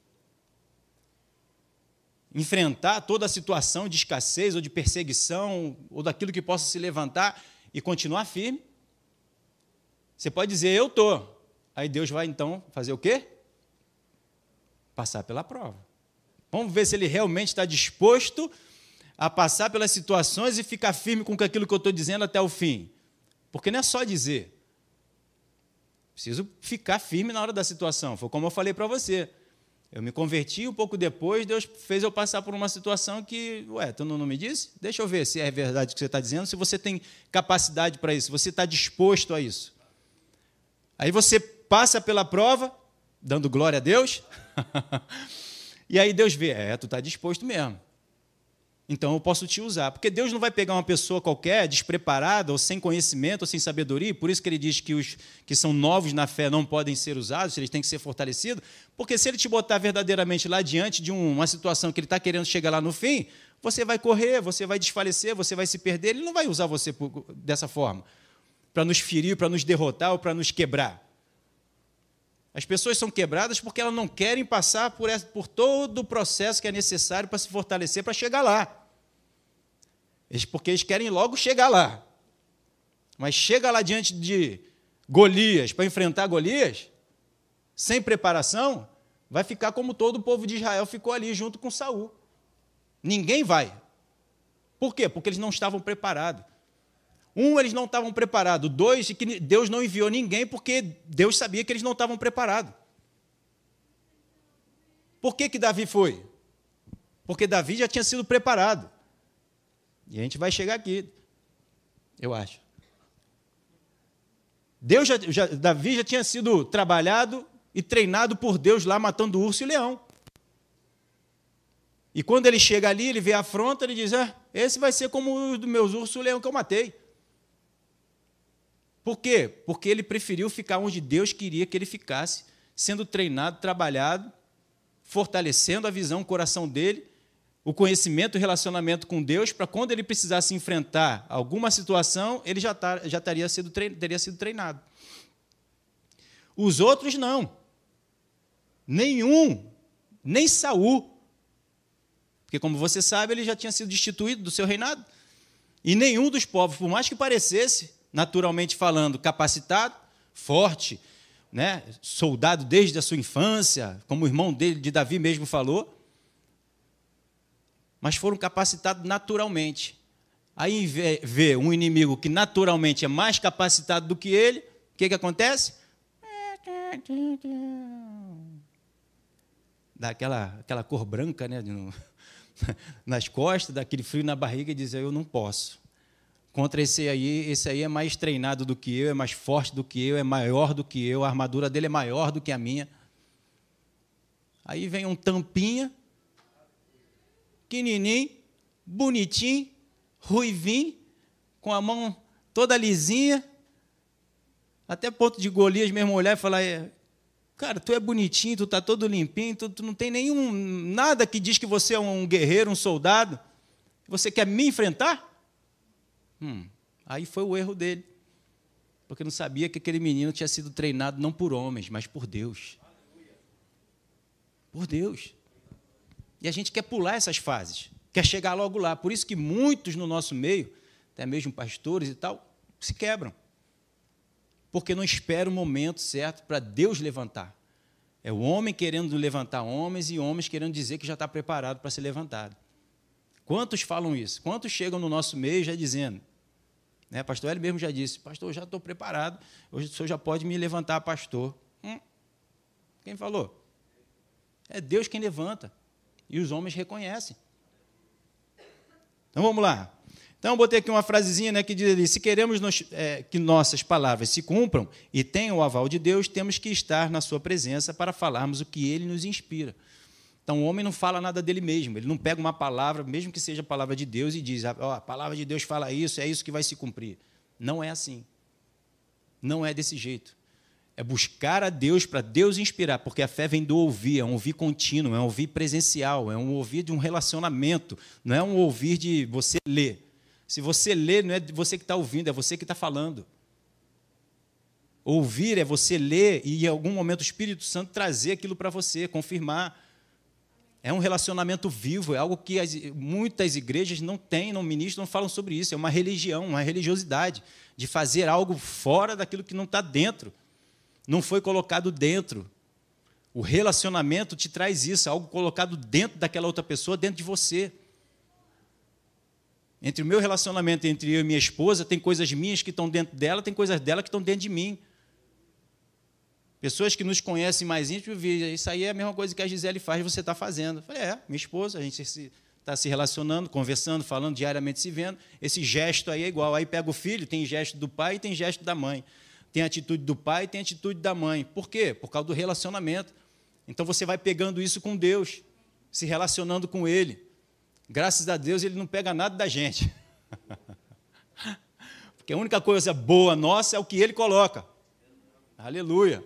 Speaker 3: Enfrentar toda a situação de escassez ou de perseguição ou daquilo que possa se levantar e continuar firme? Você pode dizer, eu estou. Aí Deus vai, então, fazer o quê? Passar pela prova. Vamos ver se ele realmente está disposto a passar pelas situações e ficar firme com aquilo que eu estou dizendo até o fim. Porque não é só dizer. Preciso ficar firme na hora da situação. Foi como eu falei para você. Eu me converti um pouco depois, Deus fez eu passar por uma situação que, tu não me disse? Deixa eu ver se é verdade o que você está dizendo, se você tem capacidade para isso, se você está disposto a isso. Aí você passa pela prova, dando glória a Deus, e aí Deus vê, tu está disposto mesmo. Então eu posso te usar. Porque Deus não vai pegar uma pessoa qualquer, despreparada, ou sem conhecimento, ou sem sabedoria, por isso que ele diz que os que são novos na fé não podem ser usados, eles têm que ser fortalecidos, porque se ele te botar verdadeiramente lá diante de uma situação que ele está querendo chegar lá no fim, você vai correr, você vai desfalecer, você vai se perder, ele não vai usar você dessa forma, para nos ferir, para nos derrotar ou para nos quebrar. As pessoas são quebradas porque elas não querem passar por todo o processo que é necessário para se fortalecer, para chegar lá. Porque eles querem logo chegar lá. Mas chega lá diante de Golias, para enfrentar Golias, sem preparação, vai ficar como todo o povo de Israel ficou ali junto com Saul. Ninguém vai. Por quê? Porque eles não estavam preparados. Eles não estavam preparados. 2, que Deus não enviou ninguém porque Deus sabia que eles não estavam preparados. Por que Davi foi? Porque Davi já tinha sido preparado. E a gente vai chegar aqui, eu acho. Davi já tinha sido trabalhado e treinado por Deus lá matando urso e leão. E quando ele chega ali, ele vê a afronta, ele diz, esse vai ser como os dos meus ursos e leão que eu matei. Por quê? Porque ele preferiu ficar onde Deus queria que ele ficasse, sendo treinado, trabalhado, fortalecendo a visão, o coração dele, o conhecimento e o relacionamento com Deus, para quando ele precisasse enfrentar alguma situação, ele já teria sido treinado. Os outros não. Nenhum, nem Saul. Porque, como você sabe, ele já tinha sido destituído do seu reinado. E nenhum dos povos, por mais que parecesse, naturalmente falando, capacitado, forte, soldado desde a sua infância, como o irmão dele, de Davi mesmo falou, mas foram capacitados naturalmente. Aí vê um inimigo que naturalmente é mais capacitado do que ele, o que acontece? Dá aquela cor branca, nas costas, dá aquele frio na barriga e diz, eu não posso. Contra esse aí é mais treinado do que eu, é mais forte do que eu, é maior do que eu, a armadura dele é maior do que a minha. Aí vem um tampinha, pequenininho, bonitinho, ruivinho, com a mão toda lisinha, até ponto de Golias mesmo olhar e falar, cara, tu é bonitinho, tu está todo limpinho, tu não tem nada que diz que você é um guerreiro, um soldado, você quer me enfrentar? Aí foi o erro dele. porque não sabia que aquele menino tinha sido treinado não por homens, mas por Deus. Por Deus. E a gente quer pular essas fases, quer chegar logo lá. Por isso que muitos no nosso meio, até mesmo pastores e tal, se quebram. Porque não esperam o momento certo para Deus levantar. É o homem querendo levantar homens e homens querendo dizer que já está preparado para ser levantado. Quantos falam isso? Quantos chegam no nosso meio já dizendo? Né? Pastor Hélio mesmo já disse, pastor, eu já estou preparado, hoje o senhor já pode me levantar, pastor. Quem falou? É Deus quem levanta. E os homens reconhecem. Então, vamos lá. Então, eu botei aqui uma frasezinha, né, que diz ali, se queremos que nossas palavras se cumpram e tenham o aval de Deus, temos que estar na sua presença para falarmos o que Ele nos inspira. Então, o homem não fala nada dele mesmo, ele não pega uma palavra, mesmo que seja a palavra de Deus, e diz, a palavra de Deus fala isso, é isso que vai se cumprir. Não é assim. Não é desse jeito. É buscar a Deus para Deus inspirar, porque a fé vem do ouvir, é um ouvir contínuo, é um ouvir presencial, é um ouvir de um relacionamento, não é um ouvir de você ler. Se você lê, não é você que está ouvindo, é você que está falando. Ouvir é você ler e, em algum momento, o Espírito Santo trazer aquilo para você, confirmar. É um relacionamento vivo, é algo que muitas igrejas não têm, não ministram, não falam sobre isso. É uma religião, uma religiosidade, de fazer algo fora daquilo que não está dentro. Não foi colocado dentro. O relacionamento te traz isso, algo colocado dentro daquela outra pessoa, dentro de você. Entre o meu relacionamento entre eu e minha esposa, tem coisas minhas que estão dentro dela, tem coisas dela que estão dentro de mim. Pessoas que nos conhecem mais íntimos, isso aí é a mesma coisa que a Gisele faz, você está fazendo. Eu falei, minha esposa, a gente está se relacionando, conversando, falando, diariamente se vendo, esse gesto aí é igual. Aí pega o filho, tem gesto do pai e tem gesto da mãe. Tem atitude do pai e tem atitude da mãe. Por quê? Por causa do relacionamento. Então, você vai pegando isso com Deus, se relacionando com Ele. Graças a Deus, Ele não pega nada da gente. Porque a única coisa boa nossa é o que Ele coloca. Aleluia.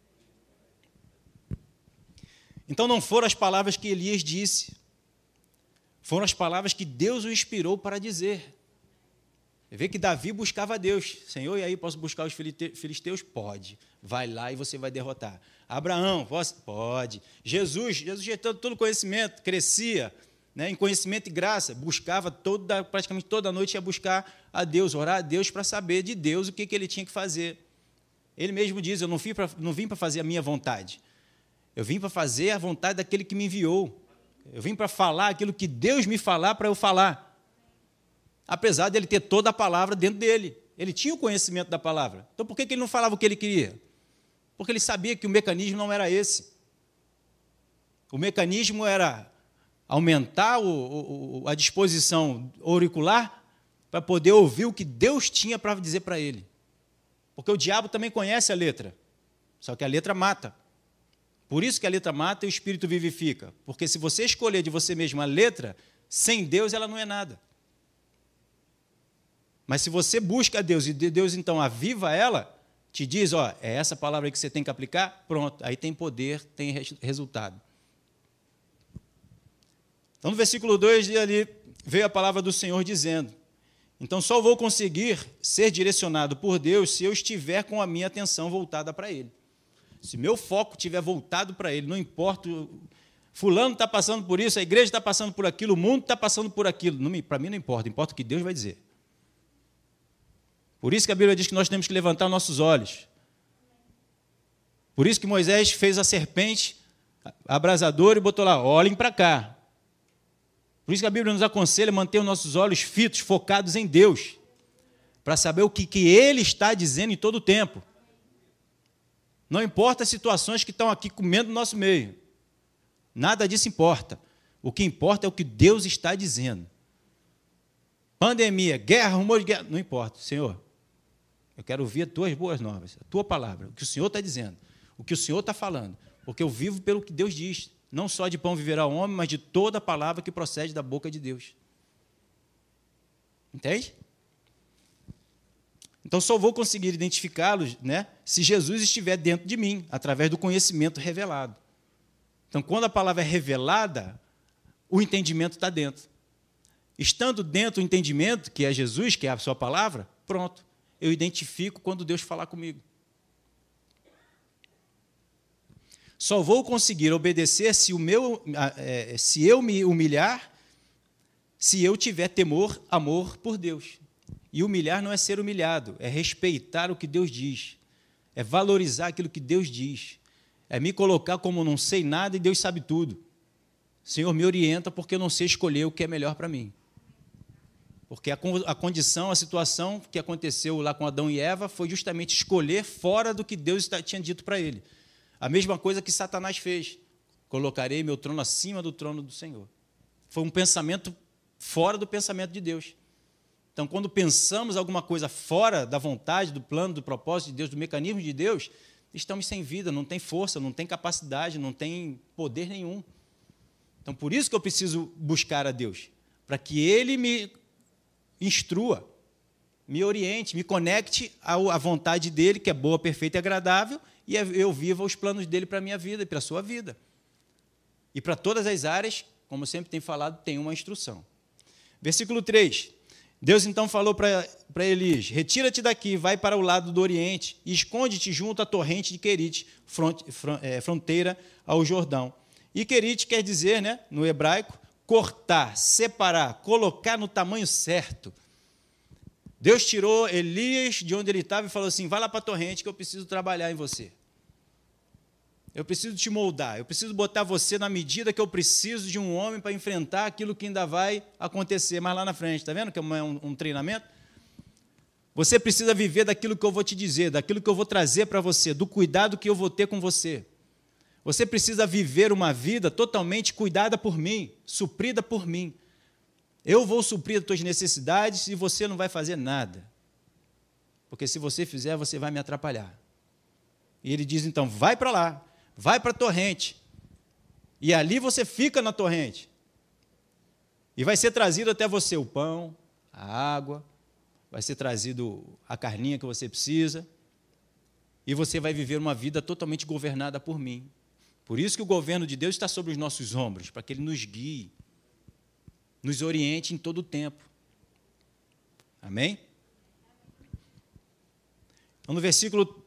Speaker 3: Então, não foram as palavras que Elias disse. Foram as palavras que Deus o inspirou para dizer. Você vê que Davi buscava a Deus. Senhor, e aí, posso buscar os filisteus? Pode. Vai lá e você vai derrotar. Abraão, pode. Jesus tinha todo conhecimento, crescia, né, em conhecimento e graça, buscava praticamente toda noite, ia buscar a Deus, orar a Deus para saber de Deus o que ele tinha que fazer. Ele mesmo diz, eu não vim para fazer a minha vontade, eu vim para fazer a vontade daquele que me enviou, eu vim para falar aquilo que Deus me falar para eu falar, apesar de ele ter toda a palavra dentro dele, ele tinha o conhecimento da palavra, então por que ele não falava o que ele queria? Porque ele sabia que o mecanismo não era esse, o mecanismo era aumentar a disposição auricular para poder ouvir o que Deus tinha para dizer para ele. Porque o diabo também conhece a letra, só que a letra mata. Por isso que a letra mata e o Espírito vivifica. Porque se você escolher de você mesmo a letra, sem Deus ela não é nada. Mas se você busca a Deus e Deus então aviva ela, te diz, é essa palavra aí que você tem que aplicar, pronto, aí tem poder, tem resultado. Então, no versículo 2, ali veio a palavra do Senhor dizendo, então só vou conseguir ser direcionado por Deus se eu estiver com a minha atenção voltada para Ele. Se meu foco estiver voltado para Ele, não importa, fulano está passando por isso, a igreja está passando por aquilo, o mundo está passando por aquilo, para mim não importa, importa o que Deus vai dizer. Por isso que a Bíblia diz que nós temos que levantar nossos olhos. Por isso que Moisés fez a serpente abrasadora e botou lá, olhem para cá. Por isso que a Bíblia nos aconselha a manter os nossos olhos fitos, focados em Deus, para saber o que Ele está dizendo em todo o tempo. Não importa as situações que estão aqui comendo no nosso meio. Nada disso importa. O que importa é o que Deus está dizendo. Pandemia, guerra, rumor de guerra, não importa. Senhor, eu quero ouvir as tuas boas novas, a tua palavra, o que o Senhor está dizendo, o que o Senhor está falando, porque eu vivo pelo que Deus diz. Não só de pão viverá o homem, mas de toda a palavra que procede da boca de Deus. Entende? Então, só vou conseguir identificá-los, né, se Jesus estiver dentro de mim, através do conhecimento revelado. Então, quando a palavra é revelada, o entendimento está dentro. Estando dentro do entendimento, que é Jesus, que é a sua palavra, pronto. eu identifico quando Deus falar comigo. Só vou conseguir obedecer se eu me humilhar, se eu tiver temor, amor por Deus. E humilhar não é ser humilhado, é respeitar o que Deus diz, é valorizar aquilo que Deus diz, é me colocar como não sei nada e Deus sabe tudo. Senhor, me orienta porque eu não sei escolher o que é melhor para mim. Porque a condição, a situação que aconteceu lá com Adão e Eva foi justamente escolher fora do que Deus tinha dito para ele. A mesma coisa que Satanás fez. Colocarei meu trono acima do trono do Senhor. Foi um pensamento fora do pensamento de Deus. Então, quando pensamos alguma coisa fora da vontade, do plano, do propósito de Deus, do mecanismo de Deus, estamos sem vida, não tem força, não tem capacidade, não tem poder nenhum. Então, por isso que eu preciso buscar a Deus, para que Ele me instrua, me oriente, me conecte à vontade dEle, que é boa, perfeita e agradável, e eu viva os planos dEle para a minha vida e para a sua vida. E para todas as áreas, como eu sempre tenho falado, tem uma instrução. Versículo 3. Deus então falou para Elias: retira-te daqui, vai para o lado do Oriente e esconde-te junto à torrente de Querite, fronteira ao Jordão. E Querite quer dizer, né, no hebraico, cortar, separar, colocar no tamanho certo. Deus tirou Elias de onde ele estava e falou assim: vai lá para a torrente que eu preciso trabalhar em você. Eu preciso te moldar, eu preciso botar você na medida que eu preciso de um homem para enfrentar aquilo que ainda vai acontecer mais lá na frente. Está vendo que é um treinamento? Você precisa viver daquilo que eu vou te dizer, daquilo que eu vou trazer para você, do cuidado que eu vou ter com você. Você precisa viver uma vida totalmente cuidada por mim, suprida por mim. Eu vou suprir as tuas necessidades e você não vai fazer nada. Porque se você fizer, você vai me atrapalhar. E ele diz, então, vai para lá. Vai para a torrente, e ali você fica na torrente, e vai ser trazido até você o pão, a água, vai ser trazido a carninha que você precisa, e você vai viver uma vida totalmente governada por mim. Por isso que o governo de Deus está sobre os nossos ombros, para que Ele nos guie, nos oriente em todo o tempo. Amém? Então, no versículo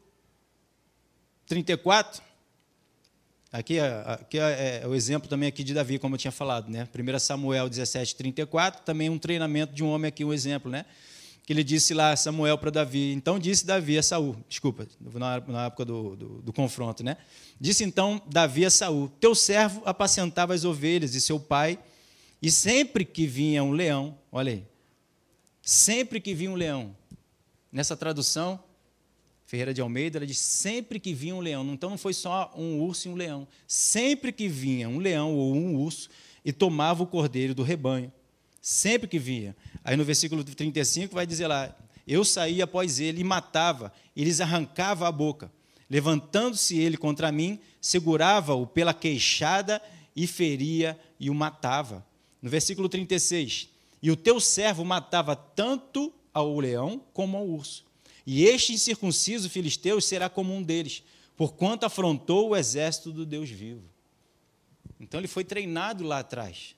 Speaker 3: 34... Aqui é o exemplo também aqui de Davi, como eu tinha falado, né? 1 Samuel 17, 34, também um treinamento de um homem aqui, um exemplo, né? Que ele disse lá, Samuel para Davi, então disse Davi a Saul, desculpa, na época do confronto, né? Disse então Davi a Saul, teu servo apacentava as ovelhas de seu pai, e sempre que vinha um leão, olha aí, sempre que vinha um leão, nessa tradução, Ferreira de Almeida, ela diz, sempre que vinha um leão, então não foi só um urso e um leão, sempre que vinha um leão ou um urso e tomava o cordeiro do rebanho, sempre que vinha. Aí no versículo 35 vai dizer lá, eu saía após ele e matava, e lhes arrancava a boca, levantando-se ele contra mim, segurava-o pela queixada e feria e o matava. No versículo 36, e o teu servo matava tanto ao leão como ao urso. E este incircunciso filisteu será como um deles, porquanto afrontou o exército do Deus vivo. Então ele foi treinado lá atrás.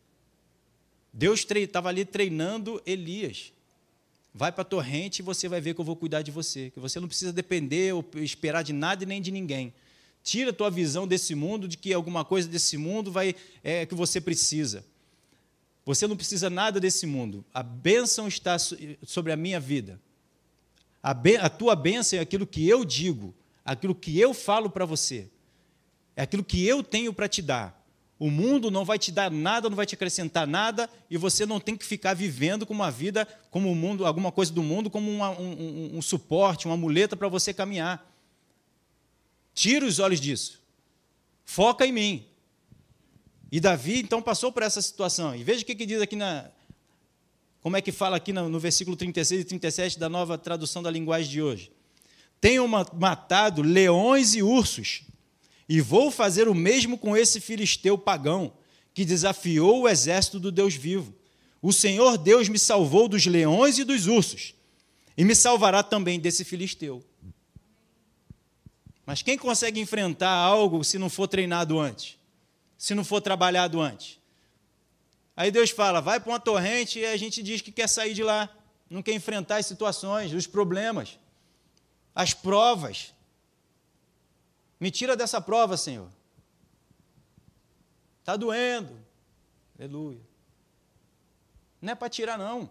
Speaker 3: Deus estava ali treinando Elias. Vai para a torrente e você vai ver que eu vou cuidar de você, que você não precisa depender ou esperar de nada e nem de ninguém. Tira a tua visão desse mundo, de que alguma coisa desse mundo que você precisa. Você não precisa nada desse mundo. A bênção está sobre a minha vida. A tua bênção é aquilo que eu digo, aquilo que eu falo para você, é aquilo que eu tenho para te dar. O mundo não vai te dar nada, não vai te acrescentar nada, e você não tem que ficar vivendo com uma vida, como o mundo, alguma coisa do mundo, como um suporte, uma muleta para você caminhar. Tira os olhos disso. Foca em mim. E Davi, então, passou por essa situação. E veja o que diz aqui como é que fala aqui no versículo 36 e 37 da nova tradução da linguagem de hoje? Tenho matado leões e ursos, e vou fazer o mesmo com esse filisteu pagão, que desafiou o exército do Deus vivo. O Senhor Deus me salvou dos leões e dos ursos, e me salvará também desse filisteu. Mas quem consegue enfrentar algo se não for treinado antes? Se não for trabalhado antes? Aí Deus fala, vai para uma torrente e a gente diz que quer sair de lá. não quer enfrentar as situações, os problemas, as provas. Me tira dessa prova, Senhor. Está doendo. Aleluia. Não é para tirar, não.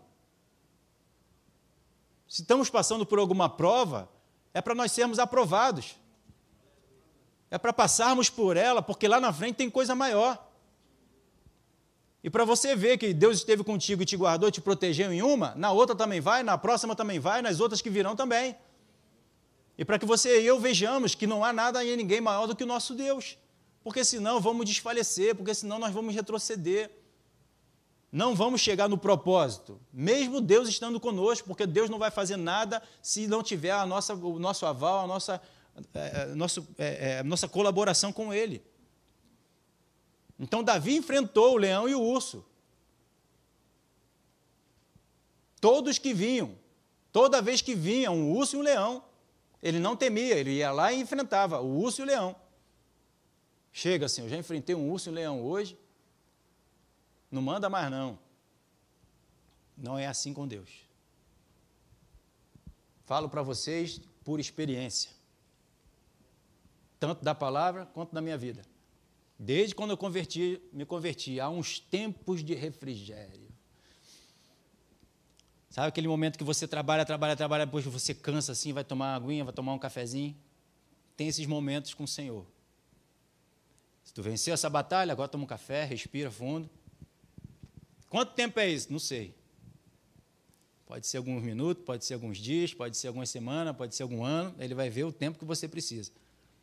Speaker 3: Se estamos passando por alguma prova, é para nós sermos aprovados. É para passarmos por ela, porque lá na frente tem coisa maior. E para você ver que Deus esteve contigo e te guardou, te protegeu em uma, na outra também vai, na próxima também vai, nas outras que virão também. E para que você e eu vejamos que não há nada em ninguém maior do que o nosso Deus. Porque senão vamos desfalecer, porque senão nós vamos retroceder. Não vamos chegar no propósito, mesmo Deus estando conosco, porque Deus não vai fazer nada se não tiver o nosso aval, a nossa colaboração com Ele. Então, Davi enfrentou o leão e o urso. Todos que vinham, toda vez que vinha um urso e um leão, ele não temia, ele ia lá e enfrentava o urso e o leão. Chega assim, eu já enfrentei um urso e um leão hoje, não manda mais não. Não é assim com Deus. Falo para vocês por experiência, tanto da palavra quanto da minha vida. Desde quando eu me converti, há uns tempos de refrigério. Sabe aquele momento que você trabalha, depois você cansa assim, vai tomar uma aguinha, vai tomar um cafezinho? Tem esses momentos com o Senhor. Se tu venceu essa batalha, agora toma um café, respira fundo. Quanto tempo é isso? Não sei. Pode ser alguns minutos, pode ser alguns dias, pode ser algumas semanas, pode ser algum ano. Ele vai ver o tempo que você precisa.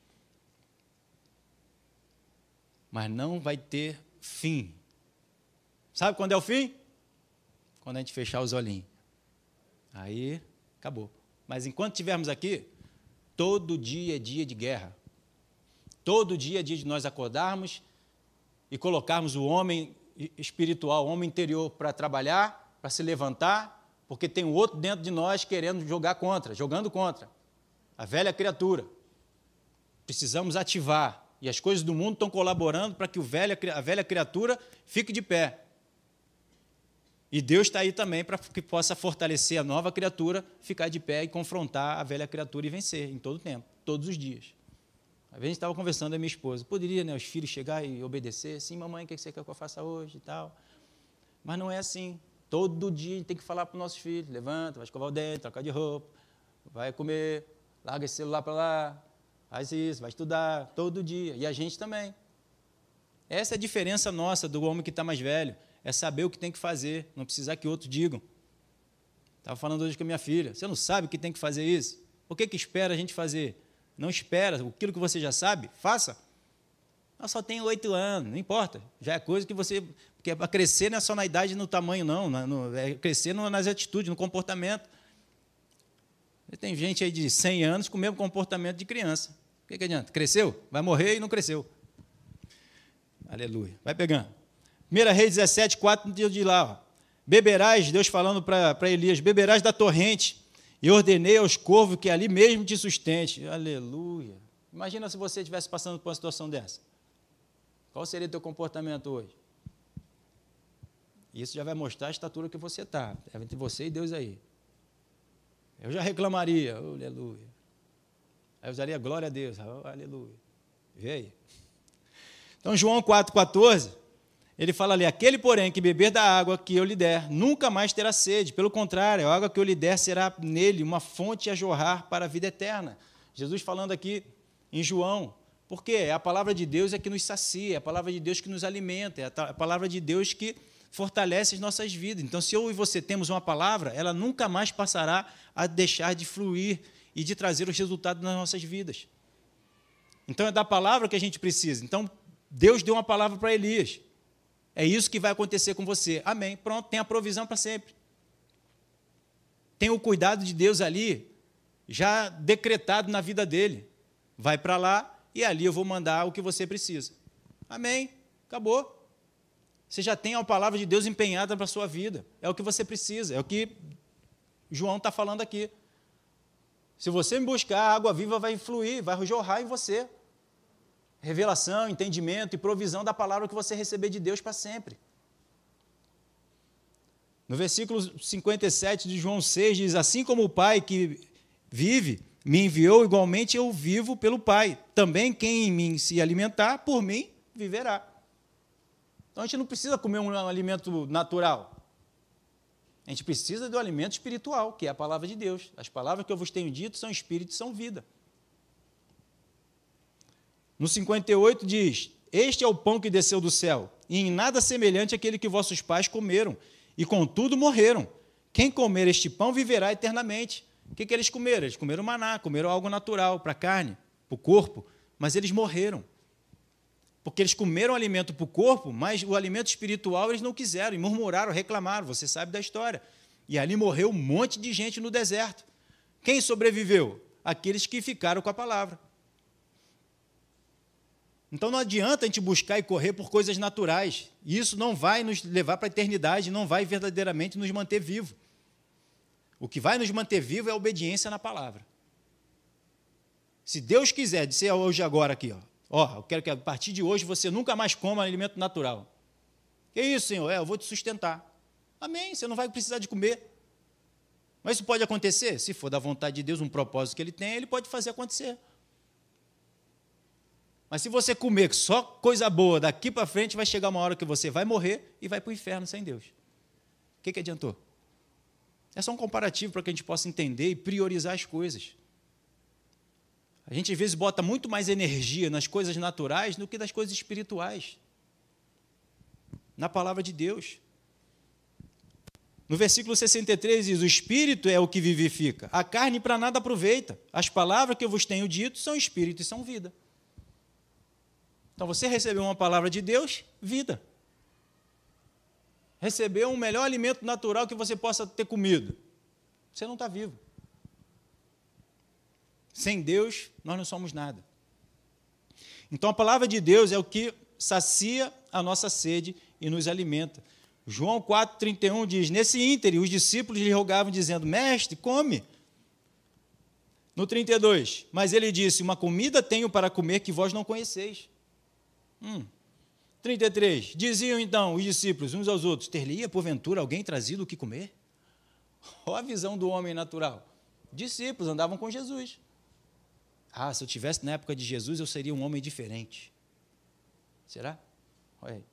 Speaker 3: Mas não vai ter fim. Sabe quando é o fim? Quando a gente fechar os olhinhos. Aí, acabou. Mas enquanto estivermos aqui, todo dia é dia de guerra. Todo dia é dia de nós acordarmos e colocarmos o homem espiritual, o homem interior para trabalhar, para se levantar, porque tem um outro dentro de nós querendo jogando contra. A velha criatura. Precisamos ativar. E as coisas do mundo estão colaborando para que a velha criatura fique de pé. E Deus está aí também para que possa fortalecer a nova criatura, ficar de pé e confrontar a velha criatura e vencer em todo o tempo, todos os dias. Às vezes a gente estava conversando com a minha esposa, poderia, né, os filhos chegar e obedecer? Sim, mamãe, o que você quer que eu faça hoje e tal? Mas não é assim. Todo dia a gente tem que falar para os nossos filhos, levanta, vai escovar o dente, trocar de roupa, vai comer, larga esse celular para lá, faz isso, vai estudar, todo dia. E a gente também. Essa é a diferença nossa do homem que está mais velho, é saber o que tem que fazer, não precisar que outros digam. Estava falando hoje com a minha filha, você não sabe que tem que fazer isso? Por que espera a gente fazer? Não espera, aquilo que você já sabe, faça. Eu só tenho 8 anos, não importa, já é coisa que você... Porque é para crescer não é só na idade e no tamanho, não, é crescer nas atitudes, no comportamento. Tem gente aí de 100 anos com o mesmo comportamento de criança. O que adianta? Cresceu? Vai morrer e não cresceu. Aleluia. Vai pegando. 1 Reis 17, 4, de lá. Ó. Beberás, Deus falando para Elias, beberás da torrente, e ordenei aos corvos que ali mesmo te sustente. Aleluia. Imagina se você estivesse passando por uma situação dessa. Qual seria o teu comportamento hoje? Isso já vai mostrar a estatura que você está. É entre você e Deus aí. Eu já reclamaria, aleluia. Aí eu usaria glória a Deus, aleluia. Vê aí. Então, João 4,14, ele fala ali, aquele, porém, que beber da água que eu lhe der, nunca mais terá sede. Pelo contrário, a água que eu lhe der será nele uma fonte a jorrar para a vida eterna. Jesus falando aqui em João. Por quê? É a palavra de Deus é que nos sacia, é a palavra de Deus que nos alimenta, é a palavra de Deus que fortalece as nossas vidas. Então, se eu e você temos uma palavra, ela nunca mais passará a deixar de fluir e de trazer os resultados nas nossas vidas. Então, é da palavra que a gente precisa. Então, Deus deu uma palavra para Elias. É isso que vai acontecer com você. Amém. Pronto, tem a provisão para sempre. Tem o cuidado de Deus ali, já decretado na vida dele. Vai para lá e ali eu vou mandar o que você precisa. Amém. Acabou. Você já tem a palavra de Deus empenhada para a sua vida. É o que você precisa. É o que João está falando aqui. Se você me buscar, a água viva vai fluir, vai jorrar em você. Revelação, entendimento e provisão da palavra que você receber de Deus para sempre. No versículo 57 de João 6 diz: assim como o Pai que vive me enviou, igualmente eu vivo pelo Pai. Também quem em mim se alimentar, por mim viverá. Então a gente não precisa comer um alimento natural. A gente precisa do alimento espiritual, que é a palavra de Deus. As palavras que eu vos tenho dito são espírito e são vida. No 58 diz: este é o pão que desceu do céu, e em nada semelhante àquele que vossos pais comeram, e contudo morreram. Quem comer este pão viverá eternamente. O que eles comeram? Eles comeram maná, comeram algo natural para a carne, para o corpo, mas eles morreram. Porque eles comeram alimento para o corpo, mas o alimento espiritual eles não quiseram, e murmuraram, reclamaram, você sabe da história. E ali morreu um monte de gente no deserto. Quem sobreviveu? Aqueles que ficaram com a palavra. Então não adianta a gente buscar e correr por coisas naturais. Isso não vai nos levar para a eternidade, não vai verdadeiramente nos manter vivos. O que vai nos manter vivos é a obediência na palavra. Se Deus quiser, dizer hoje agora aqui, eu quero que a partir de hoje você nunca mais coma alimento natural. Que isso, Senhor? Eu vou te sustentar. Amém, você não vai precisar de comer. Mas isso pode acontecer? Se for da vontade de Deus, um propósito que Ele tem, Ele pode fazer acontecer. Mas se você comer só coisa boa, daqui para frente vai chegar uma hora que você vai morrer e vai para o inferno sem Deus. O que adiantou? É só um comparativo para que a gente possa entender e priorizar as coisas. A gente, às vezes, bota muito mais energia nas coisas naturais do que nas coisas espirituais. Na palavra de Deus. No versículo 63 diz: o Espírito é o que vivifica, a carne para nada aproveita. As palavras que eu vos tenho dito são Espírito e são vida. Então, você recebeu uma palavra de Deus, vida. Recebeu um melhor alimento natural que você possa ter comido. Você não está vivo. Sem Deus, nós não somos nada. Então, a palavra de Deus é o que sacia a nossa sede e nos alimenta. João 4,31 diz: nesse ínterim, os discípulos lhe rogavam, dizendo: mestre, come. No 32, mas ele disse: uma comida tenho para comer que vós não conheceis. 33, diziam então os discípulos uns aos outros: ter-lhe-ia porventura alguém trazido o que comer? Olha a visão do homem natural. Discípulos andavam com Jesus. Se eu tivesse na época de Jesus, eu seria um homem diferente. Será? Olha aí.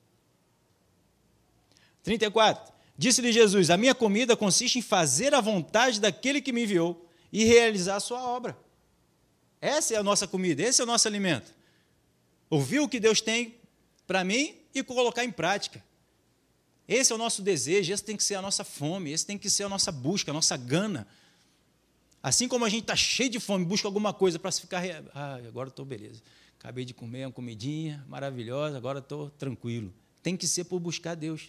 Speaker 3: 34, disse-lhe Jesus: a minha comida consiste em fazer a vontade daquele que me enviou e realizar a sua obra. Essa é a nossa comida, esse é o nosso alimento. Ouvir o que Deus tem para mim e colocar em prática. Esse é o nosso desejo, esse tem que ser a nossa fome, esse tem que ser a nossa busca, a nossa gana. Assim como a gente está cheio de fome, busca alguma coisa para se ficar... agora estou beleza. Acabei de comer uma comidinha maravilhosa, agora estou tranquilo. Tem que ser por buscar Deus.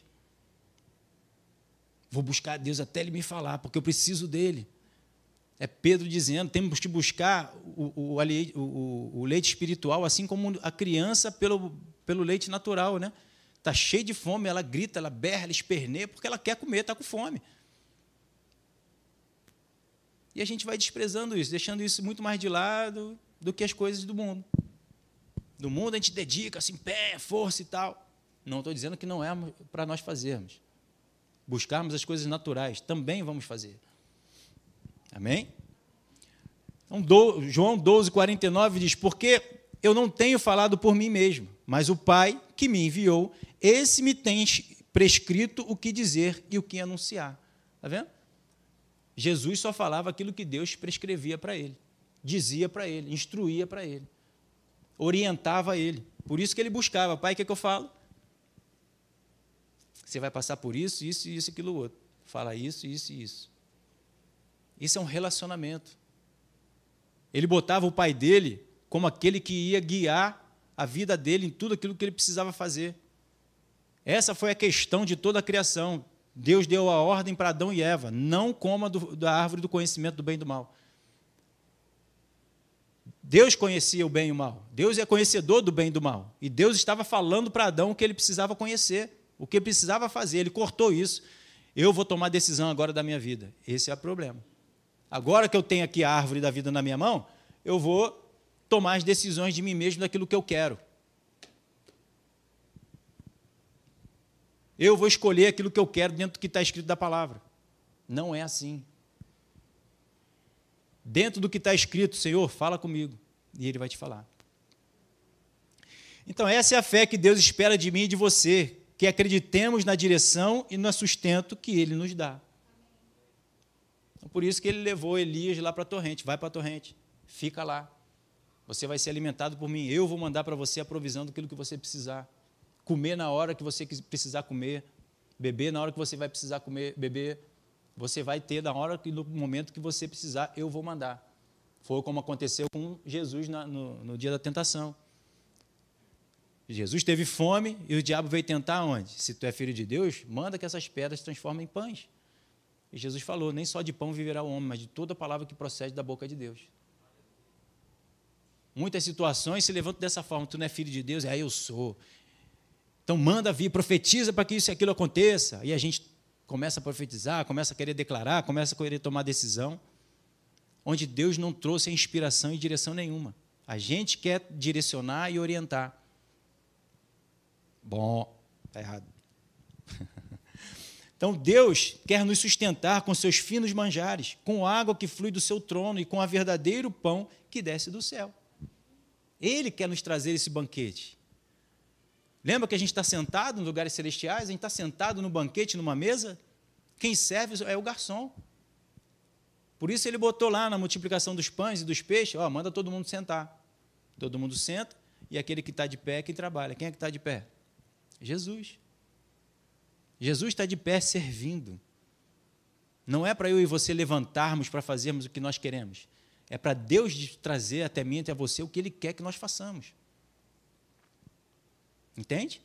Speaker 3: Vou buscar Deus até Ele me falar, porque eu preciso dEle. É Pedro dizendo: temos que buscar o leite espiritual, assim como a criança pelo leite natural, né? Está cheia de fome, ela grita, ela berra, ela esperneia, porque ela quer comer, está com fome. E a gente vai desprezando isso, deixando isso muito mais de lado do que as coisas do mundo. Do mundo a gente dedica, assim, pé, força e tal. Não estou dizendo que não é para nós fazermos. Buscarmos as coisas naturais, também vamos fazer. Amém? Então, João 12:49 diz: porque eu não tenho falado por mim mesmo, mas o Pai que me enviou, esse me tem prescrito o que dizer e o que anunciar. Está vendo? Jesus só falava aquilo que Deus prescrevia para ele, dizia para ele, instruía para ele, orientava ele. Por isso que ele buscava: Pai, o que é que eu falo? Você vai passar por isso, isso, isso, aquilo, outro. Fala isso, isso e isso. Isso é um relacionamento. Ele botava o Pai dele como aquele que ia guiar a vida dele em tudo aquilo que ele precisava fazer. Essa foi a questão de toda a criação. Deus deu a ordem para Adão e Eva: não coma da árvore do conhecimento do bem e do mal. Deus conhecia o bem e o mal. Deus é conhecedor do bem e do mal. E Deus estava falando para Adão o que ele precisava conhecer, o que ele precisava fazer. Ele cortou isso. Eu vou tomar decisão agora da minha vida. Esse é o problema. Agora que eu tenho aqui a árvore da vida na minha mão, eu vou tomar as decisões de mim mesmo daquilo que eu quero. eu vou escolher aquilo que eu quero dentro do que está escrito da palavra. Não é assim. Dentro do que está escrito, Senhor, fala comigo, e Ele vai te falar. Então, essa é a fé que Deus espera de mim e de você, que acreditemos na direção e no sustento que Ele nos dá. Então, por isso que Ele levou Elias lá para a torrente. Vai para a torrente, fica lá. Você vai ser alimentado por mim. Eu vou mandar para você a provisão daquilo que você precisar. Comer na hora que você precisar comer. Beber na hora que você vai precisar comer, beber. Você vai ter na hora, no momento que você precisar, eu vou mandar. Foi como aconteceu com Jesus no dia da tentação. Jesus teve fome e o diabo veio tentar onde? Se tu é filho de Deus, manda que essas pedras se transformem em pães. E Jesus falou, nem só de pão viverá o homem, mas de toda palavra que procede da boca de Deus. Muitas situações se levantam dessa forma, tu não é filho de Deus, eu sou. Então manda vir, profetiza para que isso e aquilo aconteça. E a gente começa a profetizar, começa a querer declarar, começa a querer tomar decisão, onde Deus não trouxe a inspiração e direção nenhuma. A gente quer direcionar e orientar. Bom, está errado. Então, Deus quer nos sustentar com seus finos manjares, com a água que flui do seu trono e com o verdadeiro pão que desce do céu. Ele quer nos trazer esse banquete. Lembra que a gente está sentado em lugares celestiais? A gente está sentado no banquete, numa mesa? Quem serve é o garçom. Por isso ele botou lá na multiplicação dos pães e dos peixes, manda todo mundo sentar. Todo mundo senta, e aquele que está de pé é quem trabalha. Quem é que está de pé? Jesus. Jesus está de pé servindo. Não é para eu e você levantarmos para fazermos o que nós queremos. É para Deus trazer até mim e até você o que Ele quer que nós façamos. Entende?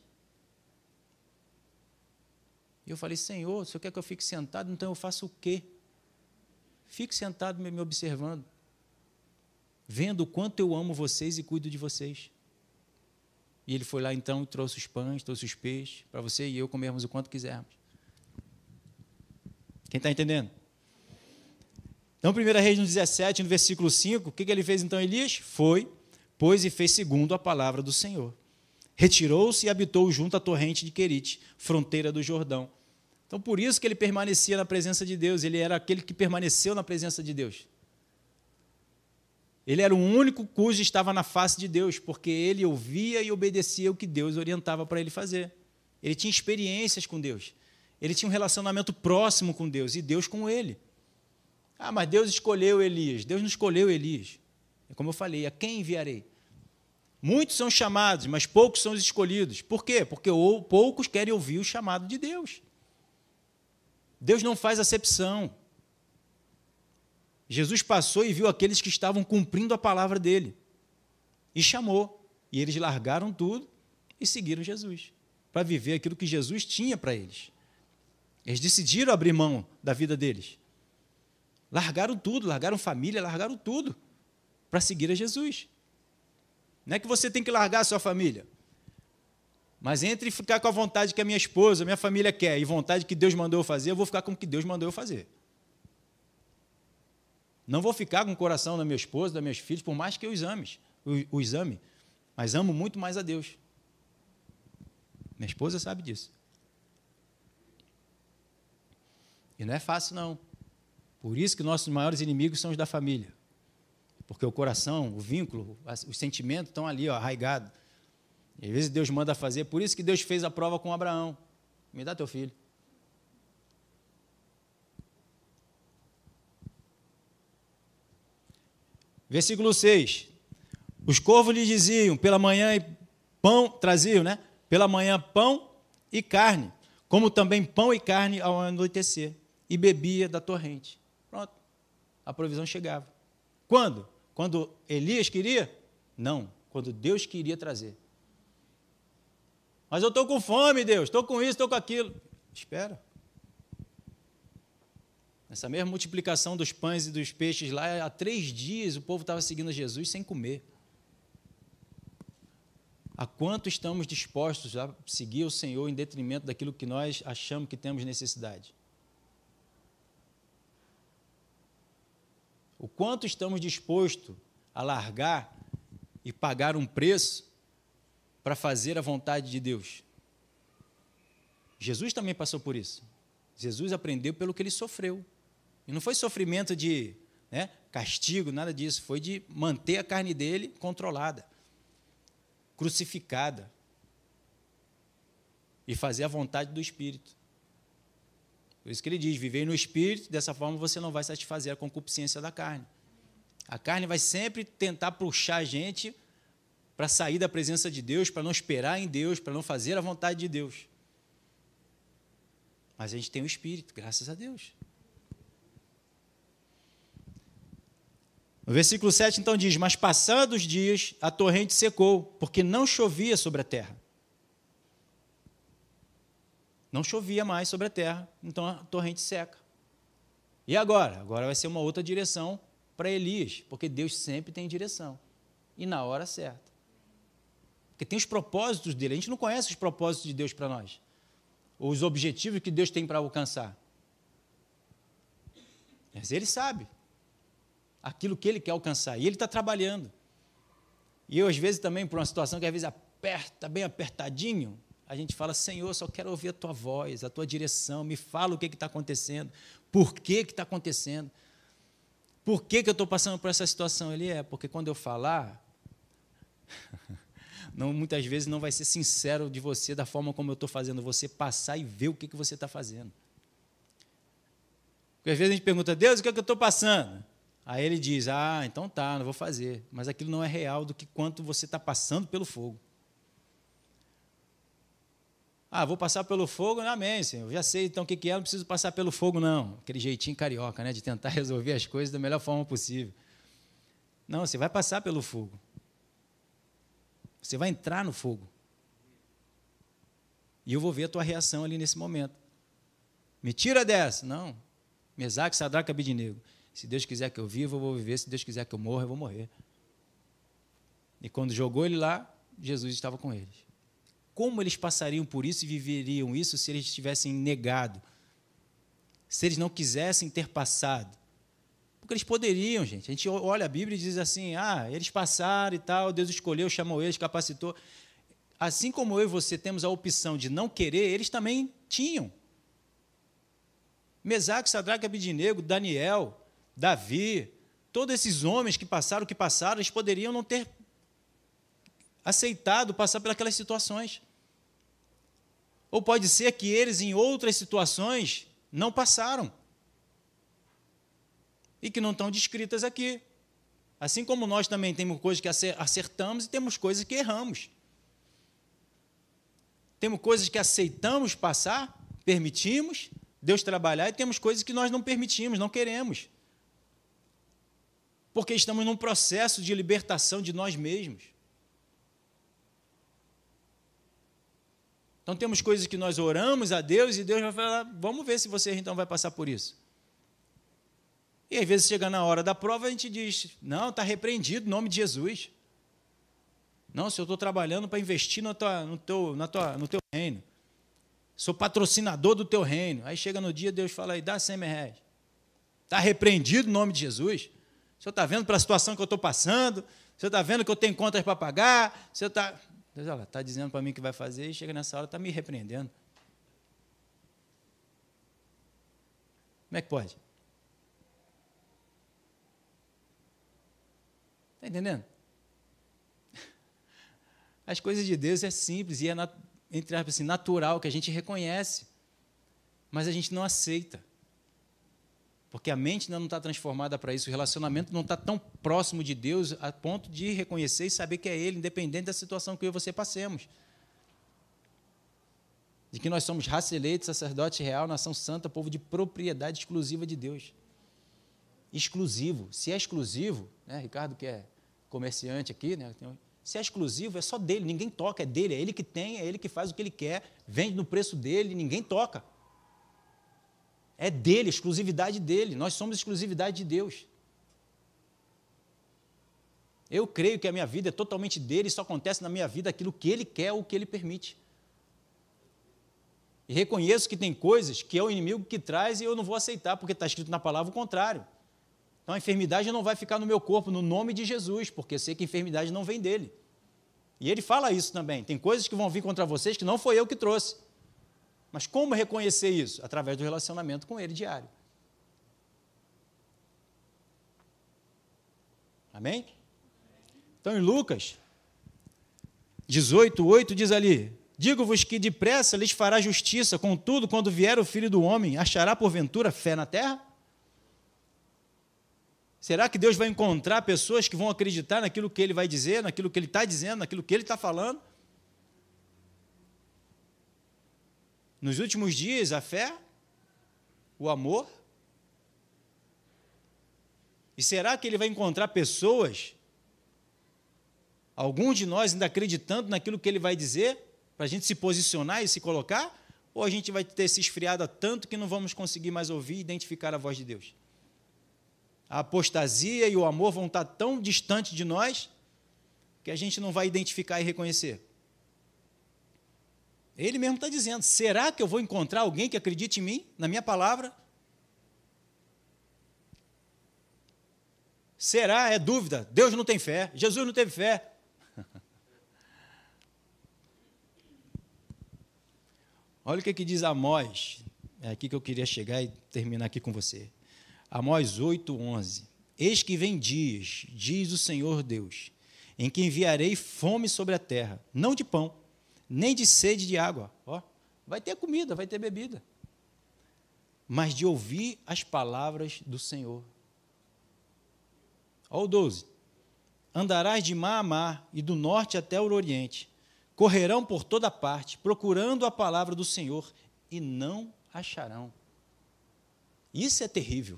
Speaker 3: E eu falei, Senhor, o Senhor quer que eu fique sentado, então eu faço o quê? Fique sentado me observando, vendo o quanto eu amo vocês e cuido de vocês. E ele foi lá então e trouxe os pães, trouxe os peixes, para você e eu comermos o quanto quisermos. Quem está entendendo? Então, 1 Reis, no 17, no versículo 5, o que ele fez então, Elias? Foi, pois, e fez segundo a palavra do Senhor. Retirou-se e habitou junto à torrente de Querite, fronteira do Jordão. Então, por isso que ele permanecia na presença de Deus, ele era aquele que permaneceu na presença de Deus. Ele era o único cujo estava na face de Deus, porque ele ouvia e obedecia o que Deus orientava para ele fazer. Ele tinha experiências com Deus. Ele tinha um relacionamento próximo com Deus e Deus com ele. Mas Deus escolheu Elias. Deus não escolheu Elias. É como eu falei, a quem enviarei? Muitos são chamados, mas poucos são os escolhidos. Por quê? Porque poucos querem ouvir o chamado de Deus. Deus não faz acepção. Jesus passou e viu aqueles que estavam cumprindo a palavra dele. E chamou. E eles largaram tudo e seguiram Jesus, para viver aquilo que Jesus tinha para eles. Eles decidiram abrir mão da vida deles. Largaram tudo, largaram família, largaram tudo para seguir a Jesus. Não é que você tem que largar a sua família, mas entre ficar com a vontade que a minha esposa, a minha família quer, e vontade que Deus mandou eu fazer, eu vou ficar com o que Deus mandou eu fazer. Não vou ficar com o coração da minha esposa, dos meus filhos, por mais que eu os ame, mas amo muito mais a Deus. Minha esposa sabe disso. E não é fácil, não. Por isso que nossos maiores inimigos são os da família. Porque o coração, o vínculo, os sentimentos estão ali, arraigados. E às vezes Deus manda fazer. Por isso que Deus fez a prova com Abraão. Me dá teu filho. Versículo 6. Os corvos lhe diziam, pela manhã pão, traziam, né? Pela manhã pão e carne, como também pão e carne ao anoitecer. E bebia da torrente. Pronto. A provisão chegava. Quando? Quando Elias queria? Não. Quando Deus queria trazer. Mas eu estou com fome, Deus. Estou com isso, estou com aquilo. Espera. Nessa mesma multiplicação dos pães e dos peixes lá, há 3 dias o povo estava seguindo Jesus sem comer. A quanto estamos dispostos a seguir o Senhor em detrimento daquilo que nós achamos que temos necessidade? O quanto estamos dispostos a largar e pagar um preço para fazer a vontade de Deus? Jesus também passou por isso. Jesus aprendeu pelo que ele sofreu. E não foi sofrimento de castigo, nada disso. Foi de manter a carne dele controlada, crucificada, e fazer a vontade do Espírito. Por isso que ele diz, viver no Espírito, dessa forma você não vai satisfazer a concupiscência da carne. A carne vai sempre tentar puxar a gente para sair da presença de Deus, para não esperar em Deus, para não fazer a vontade de Deus. Mas a gente tem o Espírito, graças a Deus. No versículo 7, então, diz, mas passados os dias, a torrente secou, porque não chovia sobre a terra. Não chovia mais sobre a terra, então a torrente seca. E agora? Agora vai ser uma outra direção para Elias, porque Deus sempre tem direção, e na hora certa. Porque tem os propósitos dele, a gente não conhece os propósitos de Deus para nós, ou os objetivos que Deus tem para alcançar. Mas ele sabe aquilo que ele quer alcançar, e ele está trabalhando. E eu, às vezes, também, por uma situação que às vezes aperta, bem apertadinho, a gente fala, Senhor, só quero ouvir a Tua voz, a Tua direção, me fala o que está acontecendo, por que está acontecendo, por que eu estou passando por essa situação? Ele porque quando eu falar, muitas vezes não vai ser sincero de você da forma como eu estou fazendo, você passar e ver o que você está fazendo. Porque às vezes a gente pergunta, Deus, o que eu estou passando? Aí ele diz, então tá, não vou fazer. Mas aquilo não é real do que quanto você está passando pelo fogo. Vou passar pelo fogo, amém, Senhor. Já sei então o que é, não preciso passar pelo fogo, não. Aquele jeitinho carioca, de tentar resolver as coisas da melhor forma possível. Não, você vai passar pelo fogo. Você vai entrar no fogo. E eu vou ver a tua reação ali nesse momento. Me tira dessa. Não. Mesaque, Sadraque, Abednego. Se Deus quiser que eu viva, eu vou viver. Se Deus quiser que eu morra, eu vou morrer. E quando jogou ele lá, Jesus estava com eles. Como eles passariam por isso e viveriam isso se eles tivessem negado? Se eles não quisessem ter passado? Porque eles poderiam, gente. A gente olha a Bíblia e diz assim, eles passaram e tal, Deus escolheu, chamou eles, capacitou. Assim como eu e você temos a opção de não querer, eles também tinham. Mesaque, Sadraque, Abednego, Daniel, Davi, todos esses homens que passaram, eles poderiam não ter aceitado passar por aquelas situações. Ou pode ser que eles, em outras situações, não passaram. E que não estão descritas aqui. Assim como nós também temos coisas que acertamos e temos coisas que erramos. Temos coisas que aceitamos passar, permitimos Deus trabalhar, e temos coisas que nós não permitimos, não queremos. Porque estamos num processo de libertação de nós mesmos. Então, temos coisas que nós oramos a Deus e Deus vai falar, vamos ver se você então vai passar por isso. E às vezes chega na hora da prova, a gente diz, não, está repreendido em nome de Jesus. Não, se eu estou trabalhando para investir no teu reino. Sou patrocinador do teu reino. Aí chega no dia, Deus fala aí, dá 100 reais. Está repreendido em nome de Jesus. O senhor está vendo pela situação que eu estou passando? O senhor está vendo que eu tenho contas para pagar? O senhor está... Deus está dizendo para mim que vai fazer e chega nessa hora, está me repreendendo. Como é que pode? Está entendendo? As coisas de Deus é simples e é, entre aspas, assim, natural, que a gente reconhece, mas a gente não aceita. Porque a mente ainda não está transformada para isso, o relacionamento não está tão próximo de Deus a ponto de reconhecer e saber que é Ele, independente da situação que eu e você passemos. De que nós somos raça eleita, sacerdote real, nação santa, povo de propriedade exclusiva de Deus. Exclusivo. Se é exclusivo, Ricardo, que é comerciante aqui, se é exclusivo, é só dele, ninguém toca, é dele, é ele que tem, é ele que faz o que ele quer, vende no preço dele, ninguém toca. É dele, exclusividade dele. Nós somos exclusividade de Deus. Eu creio que a minha vida é totalmente dele e só acontece na minha vida aquilo que ele quer ou o que ele permite. E reconheço que tem coisas que é o inimigo que traz e eu não vou aceitar, porque está escrito na palavra o contrário. Então a enfermidade não vai ficar no meu corpo, no nome de Jesus, porque eu sei que a enfermidade não vem dele. E ele fala isso também. Tem coisas que vão vir contra vocês que não foi eu que trouxe. Mas como reconhecer isso? Através do relacionamento com Ele diário. Amém? Então, em Lucas 18:8 diz ali: digo-vos que depressa lhes fará justiça, contudo, quando vier o Filho do Homem, achará porventura fé na terra? Será que Deus vai encontrar pessoas que vão acreditar naquilo que Ele vai dizer, naquilo que Ele está dizendo, naquilo que Ele está falando? Nos últimos dias, a fé, o amor. E será que Ele vai encontrar pessoas, alguns de nós ainda acreditando naquilo que Ele vai dizer, para a gente se posicionar e se colocar? Ou a gente vai ter se esfriado tanto que não vamos conseguir mais ouvir e identificar a voz de Deus? A apostasia e o amor vão estar tão distantes de nós que a gente não vai identificar e reconhecer. Ele mesmo está dizendo: será que eu vou encontrar alguém que acredite em mim, na minha palavra? Será? É dúvida. Deus não tem fé, Jesus não teve fé. Olha o que diz Amós. É aqui que eu queria chegar e terminar aqui com você. Amós 8:11. Eis que vem dias, diz o Senhor Deus, em que enviarei fome sobre a terra, não de pão, nem de sede de água. Ó, vai ter comida, vai ter bebida, mas de ouvir as palavras do Senhor. Ó, o 12. Andarás de mar a mar e do norte até o oriente. Correrão por toda parte, procurando a palavra do Senhor, e não acharão. Isso é terrível.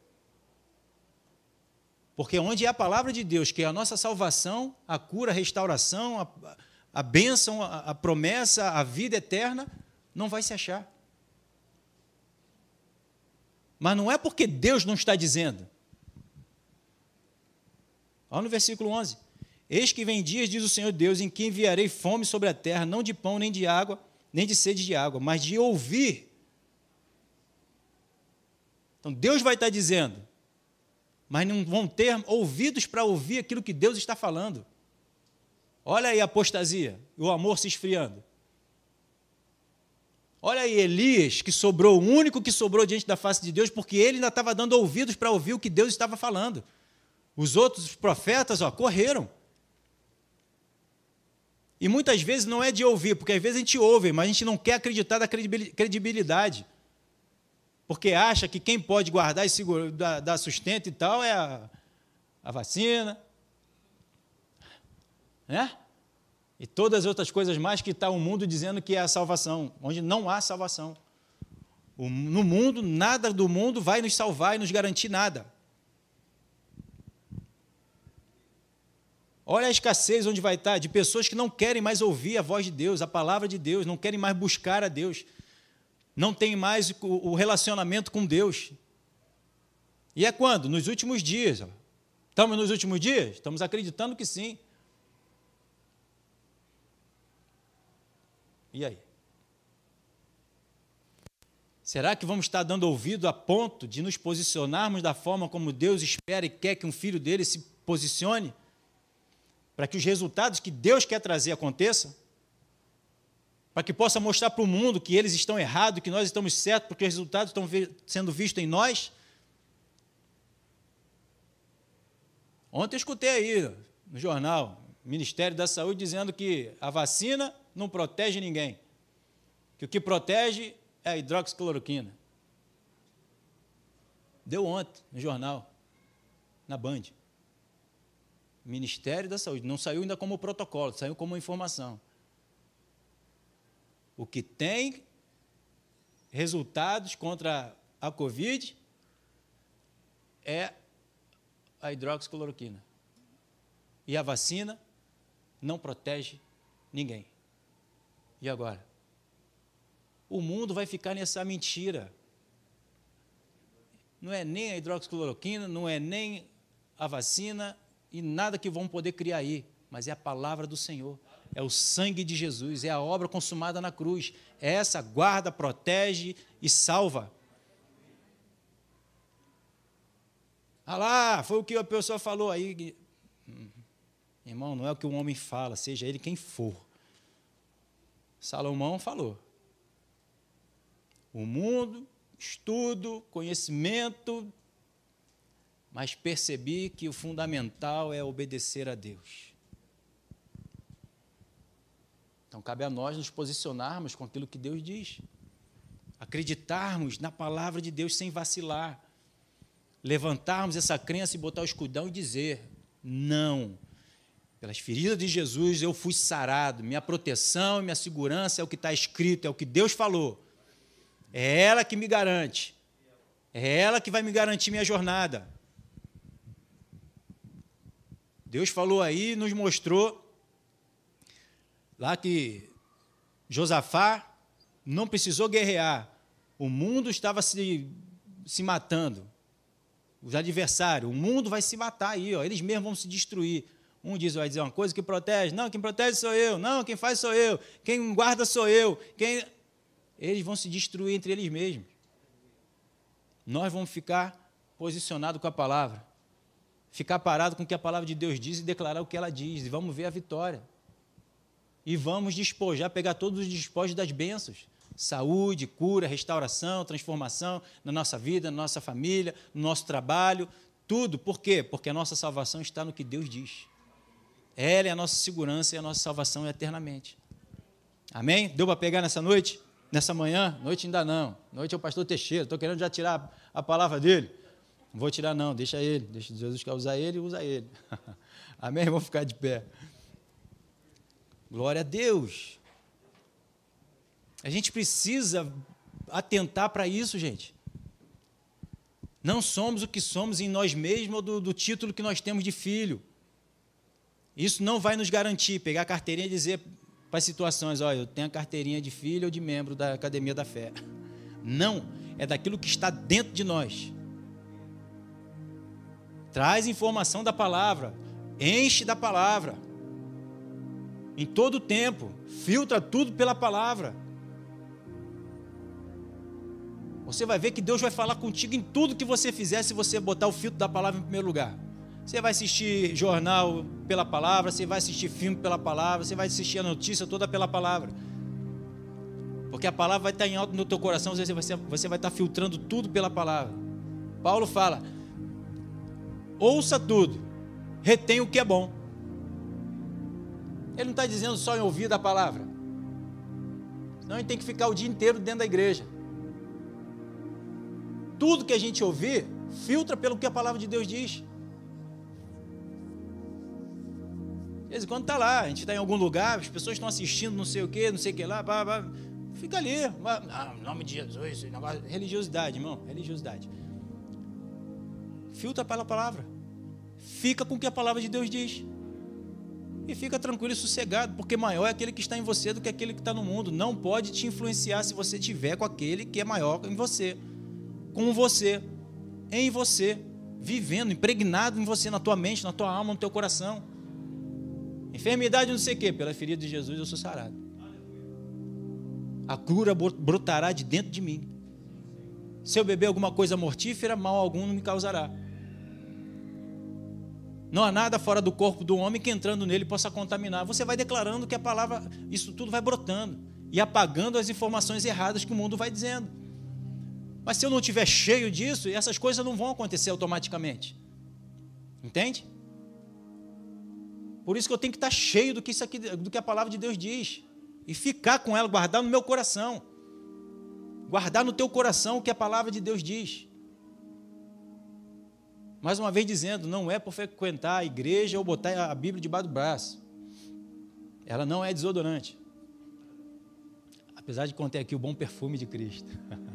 Speaker 3: Porque onde é a palavra de Deus, que é a nossa salvação, a cura, a restauração, a bênção, a promessa, a vida eterna, não vai se achar. Mas não é porque Deus não está dizendo. Olha no versículo 11. Eis que vem dias, diz o Senhor Deus, em que enviarei fome sobre a terra, não de pão, nem de água, nem de sede de água, mas de ouvir. Então Deus vai estar dizendo, mas não vão ter ouvidos para ouvir aquilo que Deus está falando. Olha aí a apostasia, o amor se esfriando. Olha aí Elias, que sobrou, o único que sobrou diante da face de Deus, porque ele ainda estava dando ouvidos para ouvir o que Deus estava falando. Os outros profetas, correram. E muitas vezes não é de ouvir, porque às vezes a gente ouve, mas a gente não quer acreditar da credibilidade. Porque acha que quem pode guardar e segurar, dar sustento e tal é a vacina, né? E todas as outras coisas mais que está o mundo dizendo que é a salvação, onde não há salvação. No mundo, nada do mundo vai nos salvar e nos garantir nada. Olha a escassez onde vai estar de pessoas que não querem mais ouvir a voz de Deus, a palavra de Deus, não querem mais buscar a Deus, não tem mais o relacionamento com Deus. E é quando? Nos últimos dias. Estamos nos últimos dias? Estamos acreditando que sim. E aí? Será que vamos estar dando ouvido a ponto de nos posicionarmos da forma como Deus espera e quer que um filho dele se posicione? Para que os resultados que Deus quer trazer aconteçam? Para que possa mostrar para o mundo que eles estão errados, que nós estamos certos, porque os resultados estão sendo vistos em nós? Ontem eu escutei aí no jornal, Ministério da Saúde, dizendo que a vacina não protege ninguém, que o que protege é a hidroxicloroquina. Deu ontem no jornal, na Band. Ministério da Saúde, não saiu ainda como protocolo, saiu como informação. O que tem resultados contra a Covid é a hidroxicloroquina. E a vacina não protege ninguém. E agora? O mundo vai ficar nessa mentira. Não é nem a hidroxicloroquina, não é nem a vacina e nada que vão poder criar aí, mas é a palavra do Senhor. É o sangue de Jesus, é a obra consumada na cruz. Essa guarda, protege e salva. Ah lá, foi o que a pessoa falou aí. Irmão, não é o que um homem fala, seja ele quem for. Salomão falou. o mundo, estudo, conhecimento, mas percebi que o fundamental é obedecer a Deus. Então, cabe a nós nos posicionarmos com aquilo que Deus diz, acreditarmos na palavra de Deus sem vacilar, levantarmos essa crença e botar o escudão e dizer: não, pelas feridas de Jesus eu fui sarado, minha proteção e minha segurança é o que está escrito, é o que Deus falou, é ela que me garante, é ela que vai me garantir minha jornada. Deus falou aí, nos mostrou lá que Josafá não precisou guerrear, o mundo estava se matando, os adversários, o mundo vai se matar aí, ó, eles mesmos vão se destruir. Um vai dizer uma coisa que protege, não, quem protege sou eu, não, quem faz sou eu, quem guarda sou eu, eles vão se destruir entre eles mesmos. Nós vamos ficar posicionados com a palavra, ficar parado com o que a palavra de Deus diz e declarar o que ela diz, e vamos ver a vitória. E vamos despojar, pegar todos os despojos das bênçãos, saúde, cura, restauração, transformação na nossa vida, na nossa família, no nosso trabalho, tudo. Por quê? Porque a nossa salvação está no que Deus diz. Ela é a nossa segurança e a nossa salvação eternamente. Amém? Deu para pegar nessa noite? Nessa manhã? Noite ainda não. Noite é o pastor Teixeira, estou querendo já tirar a palavra dele. Não vou tirar não, deixa ele. Deixa Jesus quer usar ele, usa ele. Amém? Vamos ficar de pé. Glória a Deus. A gente precisa atentar para isso, gente. Não somos o que somos em nós mesmos ou do título que nós temos de filho. Isso não vai nos garantir, pegar a carteirinha e dizer para as situações, olha, eu tenho a carteirinha de filho ou de membro da Academia da Fé. Não, é daquilo que está dentro de nós. Traz informação da palavra, enche da palavra. Em todo o tempo, filtra tudo pela palavra. Você vai ver que Deus vai falar contigo em tudo que você fizer se você botar o filtro da palavra em primeiro lugar. Você vai assistir jornal pela palavra, você vai assistir filme pela palavra, você vai assistir a notícia toda pela palavra. Porque a palavra vai estar em alto no teu coração, você vai estar filtrando tudo pela palavra. Paulo fala, ouça tudo, retém o que é bom. Ele não está dizendo só em ouvir da palavra. Senão a gente tem que ficar o dia inteiro dentro da igreja. Tudo que a gente ouvir, filtra pelo que a palavra de Deus diz. De vez em quando está lá, a gente está em algum lugar, as pessoas estão assistindo, não sei o que lá, fica ali. Em nome de Jesus, esse negócio, religiosidade, irmão, religiosidade. Filtra pela palavra. Fica com o que a palavra de Deus diz. E fica tranquilo e sossegado, porque maior é aquele que está em você do que aquele que está no mundo. Não pode te influenciar se você estiver com aquele que é maior em você, com você, em você, vivendo, impregnado em você, na tua mente, na tua alma, no teu coração. Enfermidade não sei o quê, pela ferida de Jesus eu sou sarado. A cura brotará de dentro de mim. Se eu beber alguma coisa mortífera, mal algum não me causará. Não há nada fora do corpo do homem que entrando nele possa contaminar. Você vai declarando que a palavra, isso tudo vai brotando e apagando as informações erradas que o mundo vai dizendo. Mas se eu não estiver cheio disso, essas coisas não vão acontecer automaticamente. Entende? Por isso que eu tenho que estar cheio do que a palavra de Deus diz. E ficar com ela, guardar no meu coração. Guardar no teu coração o que a palavra de Deus diz. Mais uma vez dizendo, não é por frequentar a igreja ou botar a Bíblia debaixo do braço. Ela não é desodorante. Apesar de conter aqui o bom perfume de Cristo.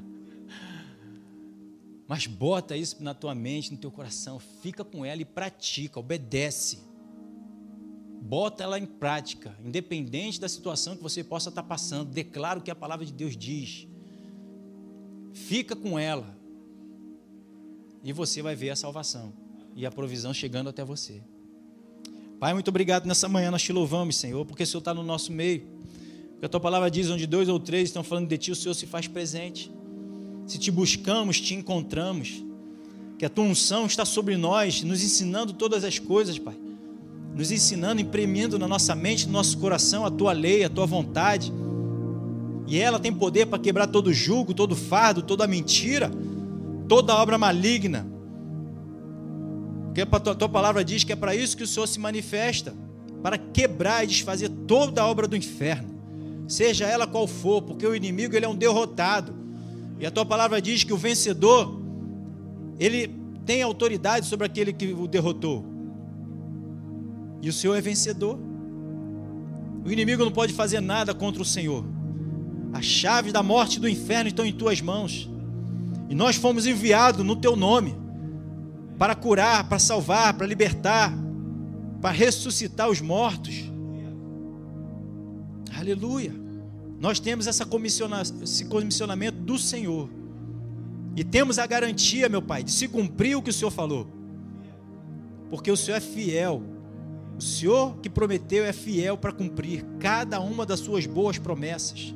Speaker 3: Mas bota isso na tua mente, no teu coração. Fica com ela e pratica, obedece. Bota ela em prática, independente da situação que você possa estar passando. Declara o que a palavra de Deus diz. Fica com ela. E você vai ver a salvação e a provisão chegando até você. Pai, muito obrigado nessa manhã, nós te louvamos, Senhor, porque o Senhor está no nosso meio. Porque a tua palavra diz, onde 2 ou 3 estão falando de ti, o Senhor se faz presente. Se te buscamos, te encontramos. Que a tua unção está sobre nós, nos ensinando todas as coisas, Pai. Nos ensinando, imprimindo na nossa mente, no nosso coração, a tua lei, a tua vontade. E ela tem poder para quebrar todo jugo, todo fardo, toda mentira, toda obra maligna. Porque a tua palavra diz que é para isso que o Senhor se manifesta, para quebrar e desfazer toda a obra do inferno, seja ela qual for, porque o inimigo ele é um derrotado. E a tua palavra diz que o vencedor, ele tem autoridade sobre aquele que o derrotou. E o Senhor é vencedor. O inimigo não pode fazer nada contra o Senhor. As chaves da morte e do inferno estão em tuas mãos. E nós fomos enviados no teu nome para curar, para salvar, para libertar, para ressuscitar os mortos. Aleluia. Nós temos esse comissionamento do Senhor. E temos a garantia, meu Pai, de se cumprir o que o Senhor falou. Porque o Senhor é fiel. O Senhor que prometeu é fiel para cumprir cada uma das suas boas promessas.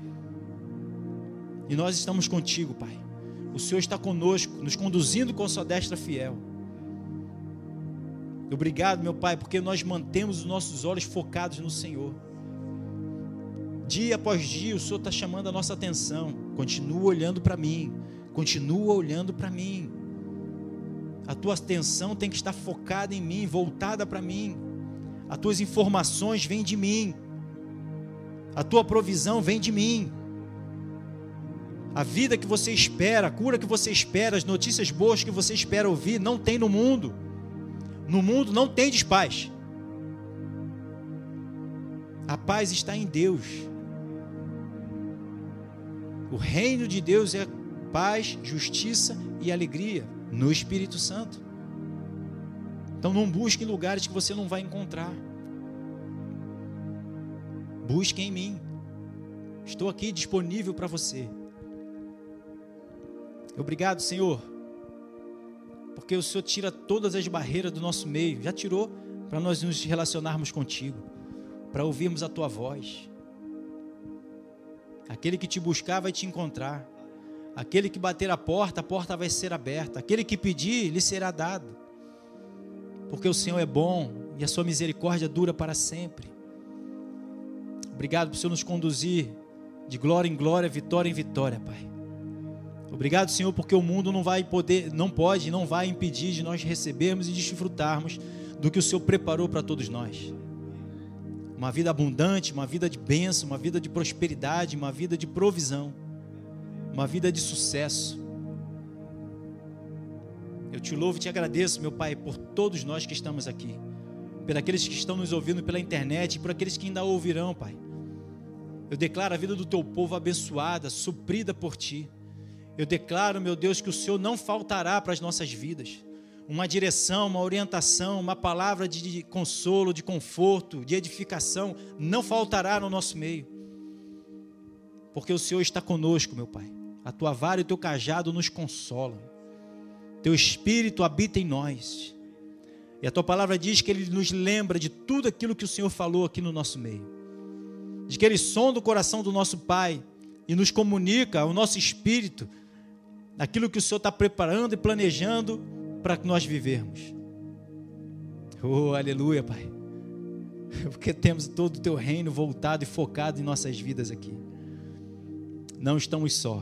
Speaker 3: E nós estamos contigo, Pai. O Senhor está conosco, nos conduzindo com a sua destra fiel. Obrigado, meu Pai, porque nós mantemos os nossos olhos focados no Senhor. Dia após dia, o Senhor está chamando a nossa atenção. Continua olhando para mim. Continua olhando para mim. A tua atenção tem que estar focada em mim, voltada para mim. As tuas informações vêm de mim. A tua provisão vem de mim. A vida que você espera, a cura que você espera, as notícias boas que você espera ouvir, não tem no mundo. No mundo não tem paz. A paz está em Deus. O reino de Deus é paz, justiça e alegria no Espírito Santo. Então não busque em lugares que você não vai encontrar. Busque em mim. Estou aqui disponível para você. Obrigado, Senhor, porque o Senhor tira todas as barreiras do nosso meio. Já tirou para nós nos relacionarmos contigo, para ouvirmos a tua voz. Aquele que te buscar vai te encontrar. Aquele que bater a porta vai ser aberta. Aquele que pedir, lhe será dado. Porque o Senhor é bom e a sua misericórdia dura para sempre. Obrigado por o Senhor nos conduzir de glória em glória, vitória em vitória, Pai. Obrigado, Senhor, porque o mundo não vai impedir de nós recebermos e desfrutarmos do que o Senhor preparou para todos nós. Uma vida abundante, uma vida de bênção, uma vida de prosperidade, uma vida de provisão, uma vida de sucesso. Eu te louvo e te agradeço, meu Pai, por todos nós que estamos aqui, por aqueles que estão nos ouvindo pela internet e por aqueles que ainda ouvirão, Pai. Eu declaro a vida do teu povo abençoada, suprida por ti. Eu declaro, meu Deus, que o Senhor não faltará para as nossas vidas. Uma direção, uma orientação, uma palavra de consolo, de conforto, de edificação, não faltará no nosso meio. Porque o Senhor está conosco, meu Pai. A tua vara e o teu cajado nos consolam. Teu Espírito habita em nós. E a tua palavra diz que Ele nos lembra de tudo aquilo que o Senhor falou aqui no nosso meio. De que Ele sonda o coração do nosso Pai e nos comunica ao nosso espírito aquilo que o Senhor está preparando e planejando para que nós vivermos. Oh, aleluia, Pai. Porque temos todo o teu reino voltado e focado em nossas vidas aqui. Não estamos só.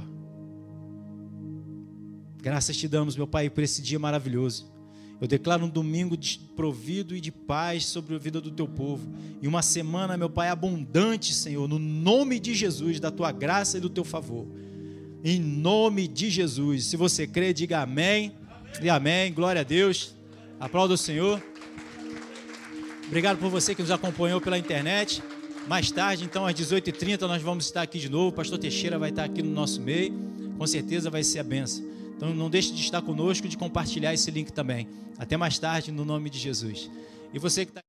Speaker 3: Graças te damos, meu Pai, por esse dia maravilhoso. Eu declaro um domingo desprovido e de paz sobre a vida do teu povo. E uma semana, meu Pai, abundante, Senhor, no nome de Jesus, da tua graça e do teu favor. Em nome de Jesus. Se você crê, diga amém e amém. Glória a Deus. Aplauda o Senhor. Obrigado por você que nos acompanhou pela internet. Mais tarde, então, às 18h30, nós vamos estar aqui de novo. O pastor Teixeira vai estar aqui no nosso meio. Com certeza vai ser a bênção. Então, não deixe de estar conosco e de compartilhar esse link também. Até mais tarde, no nome de Jesus. E você que está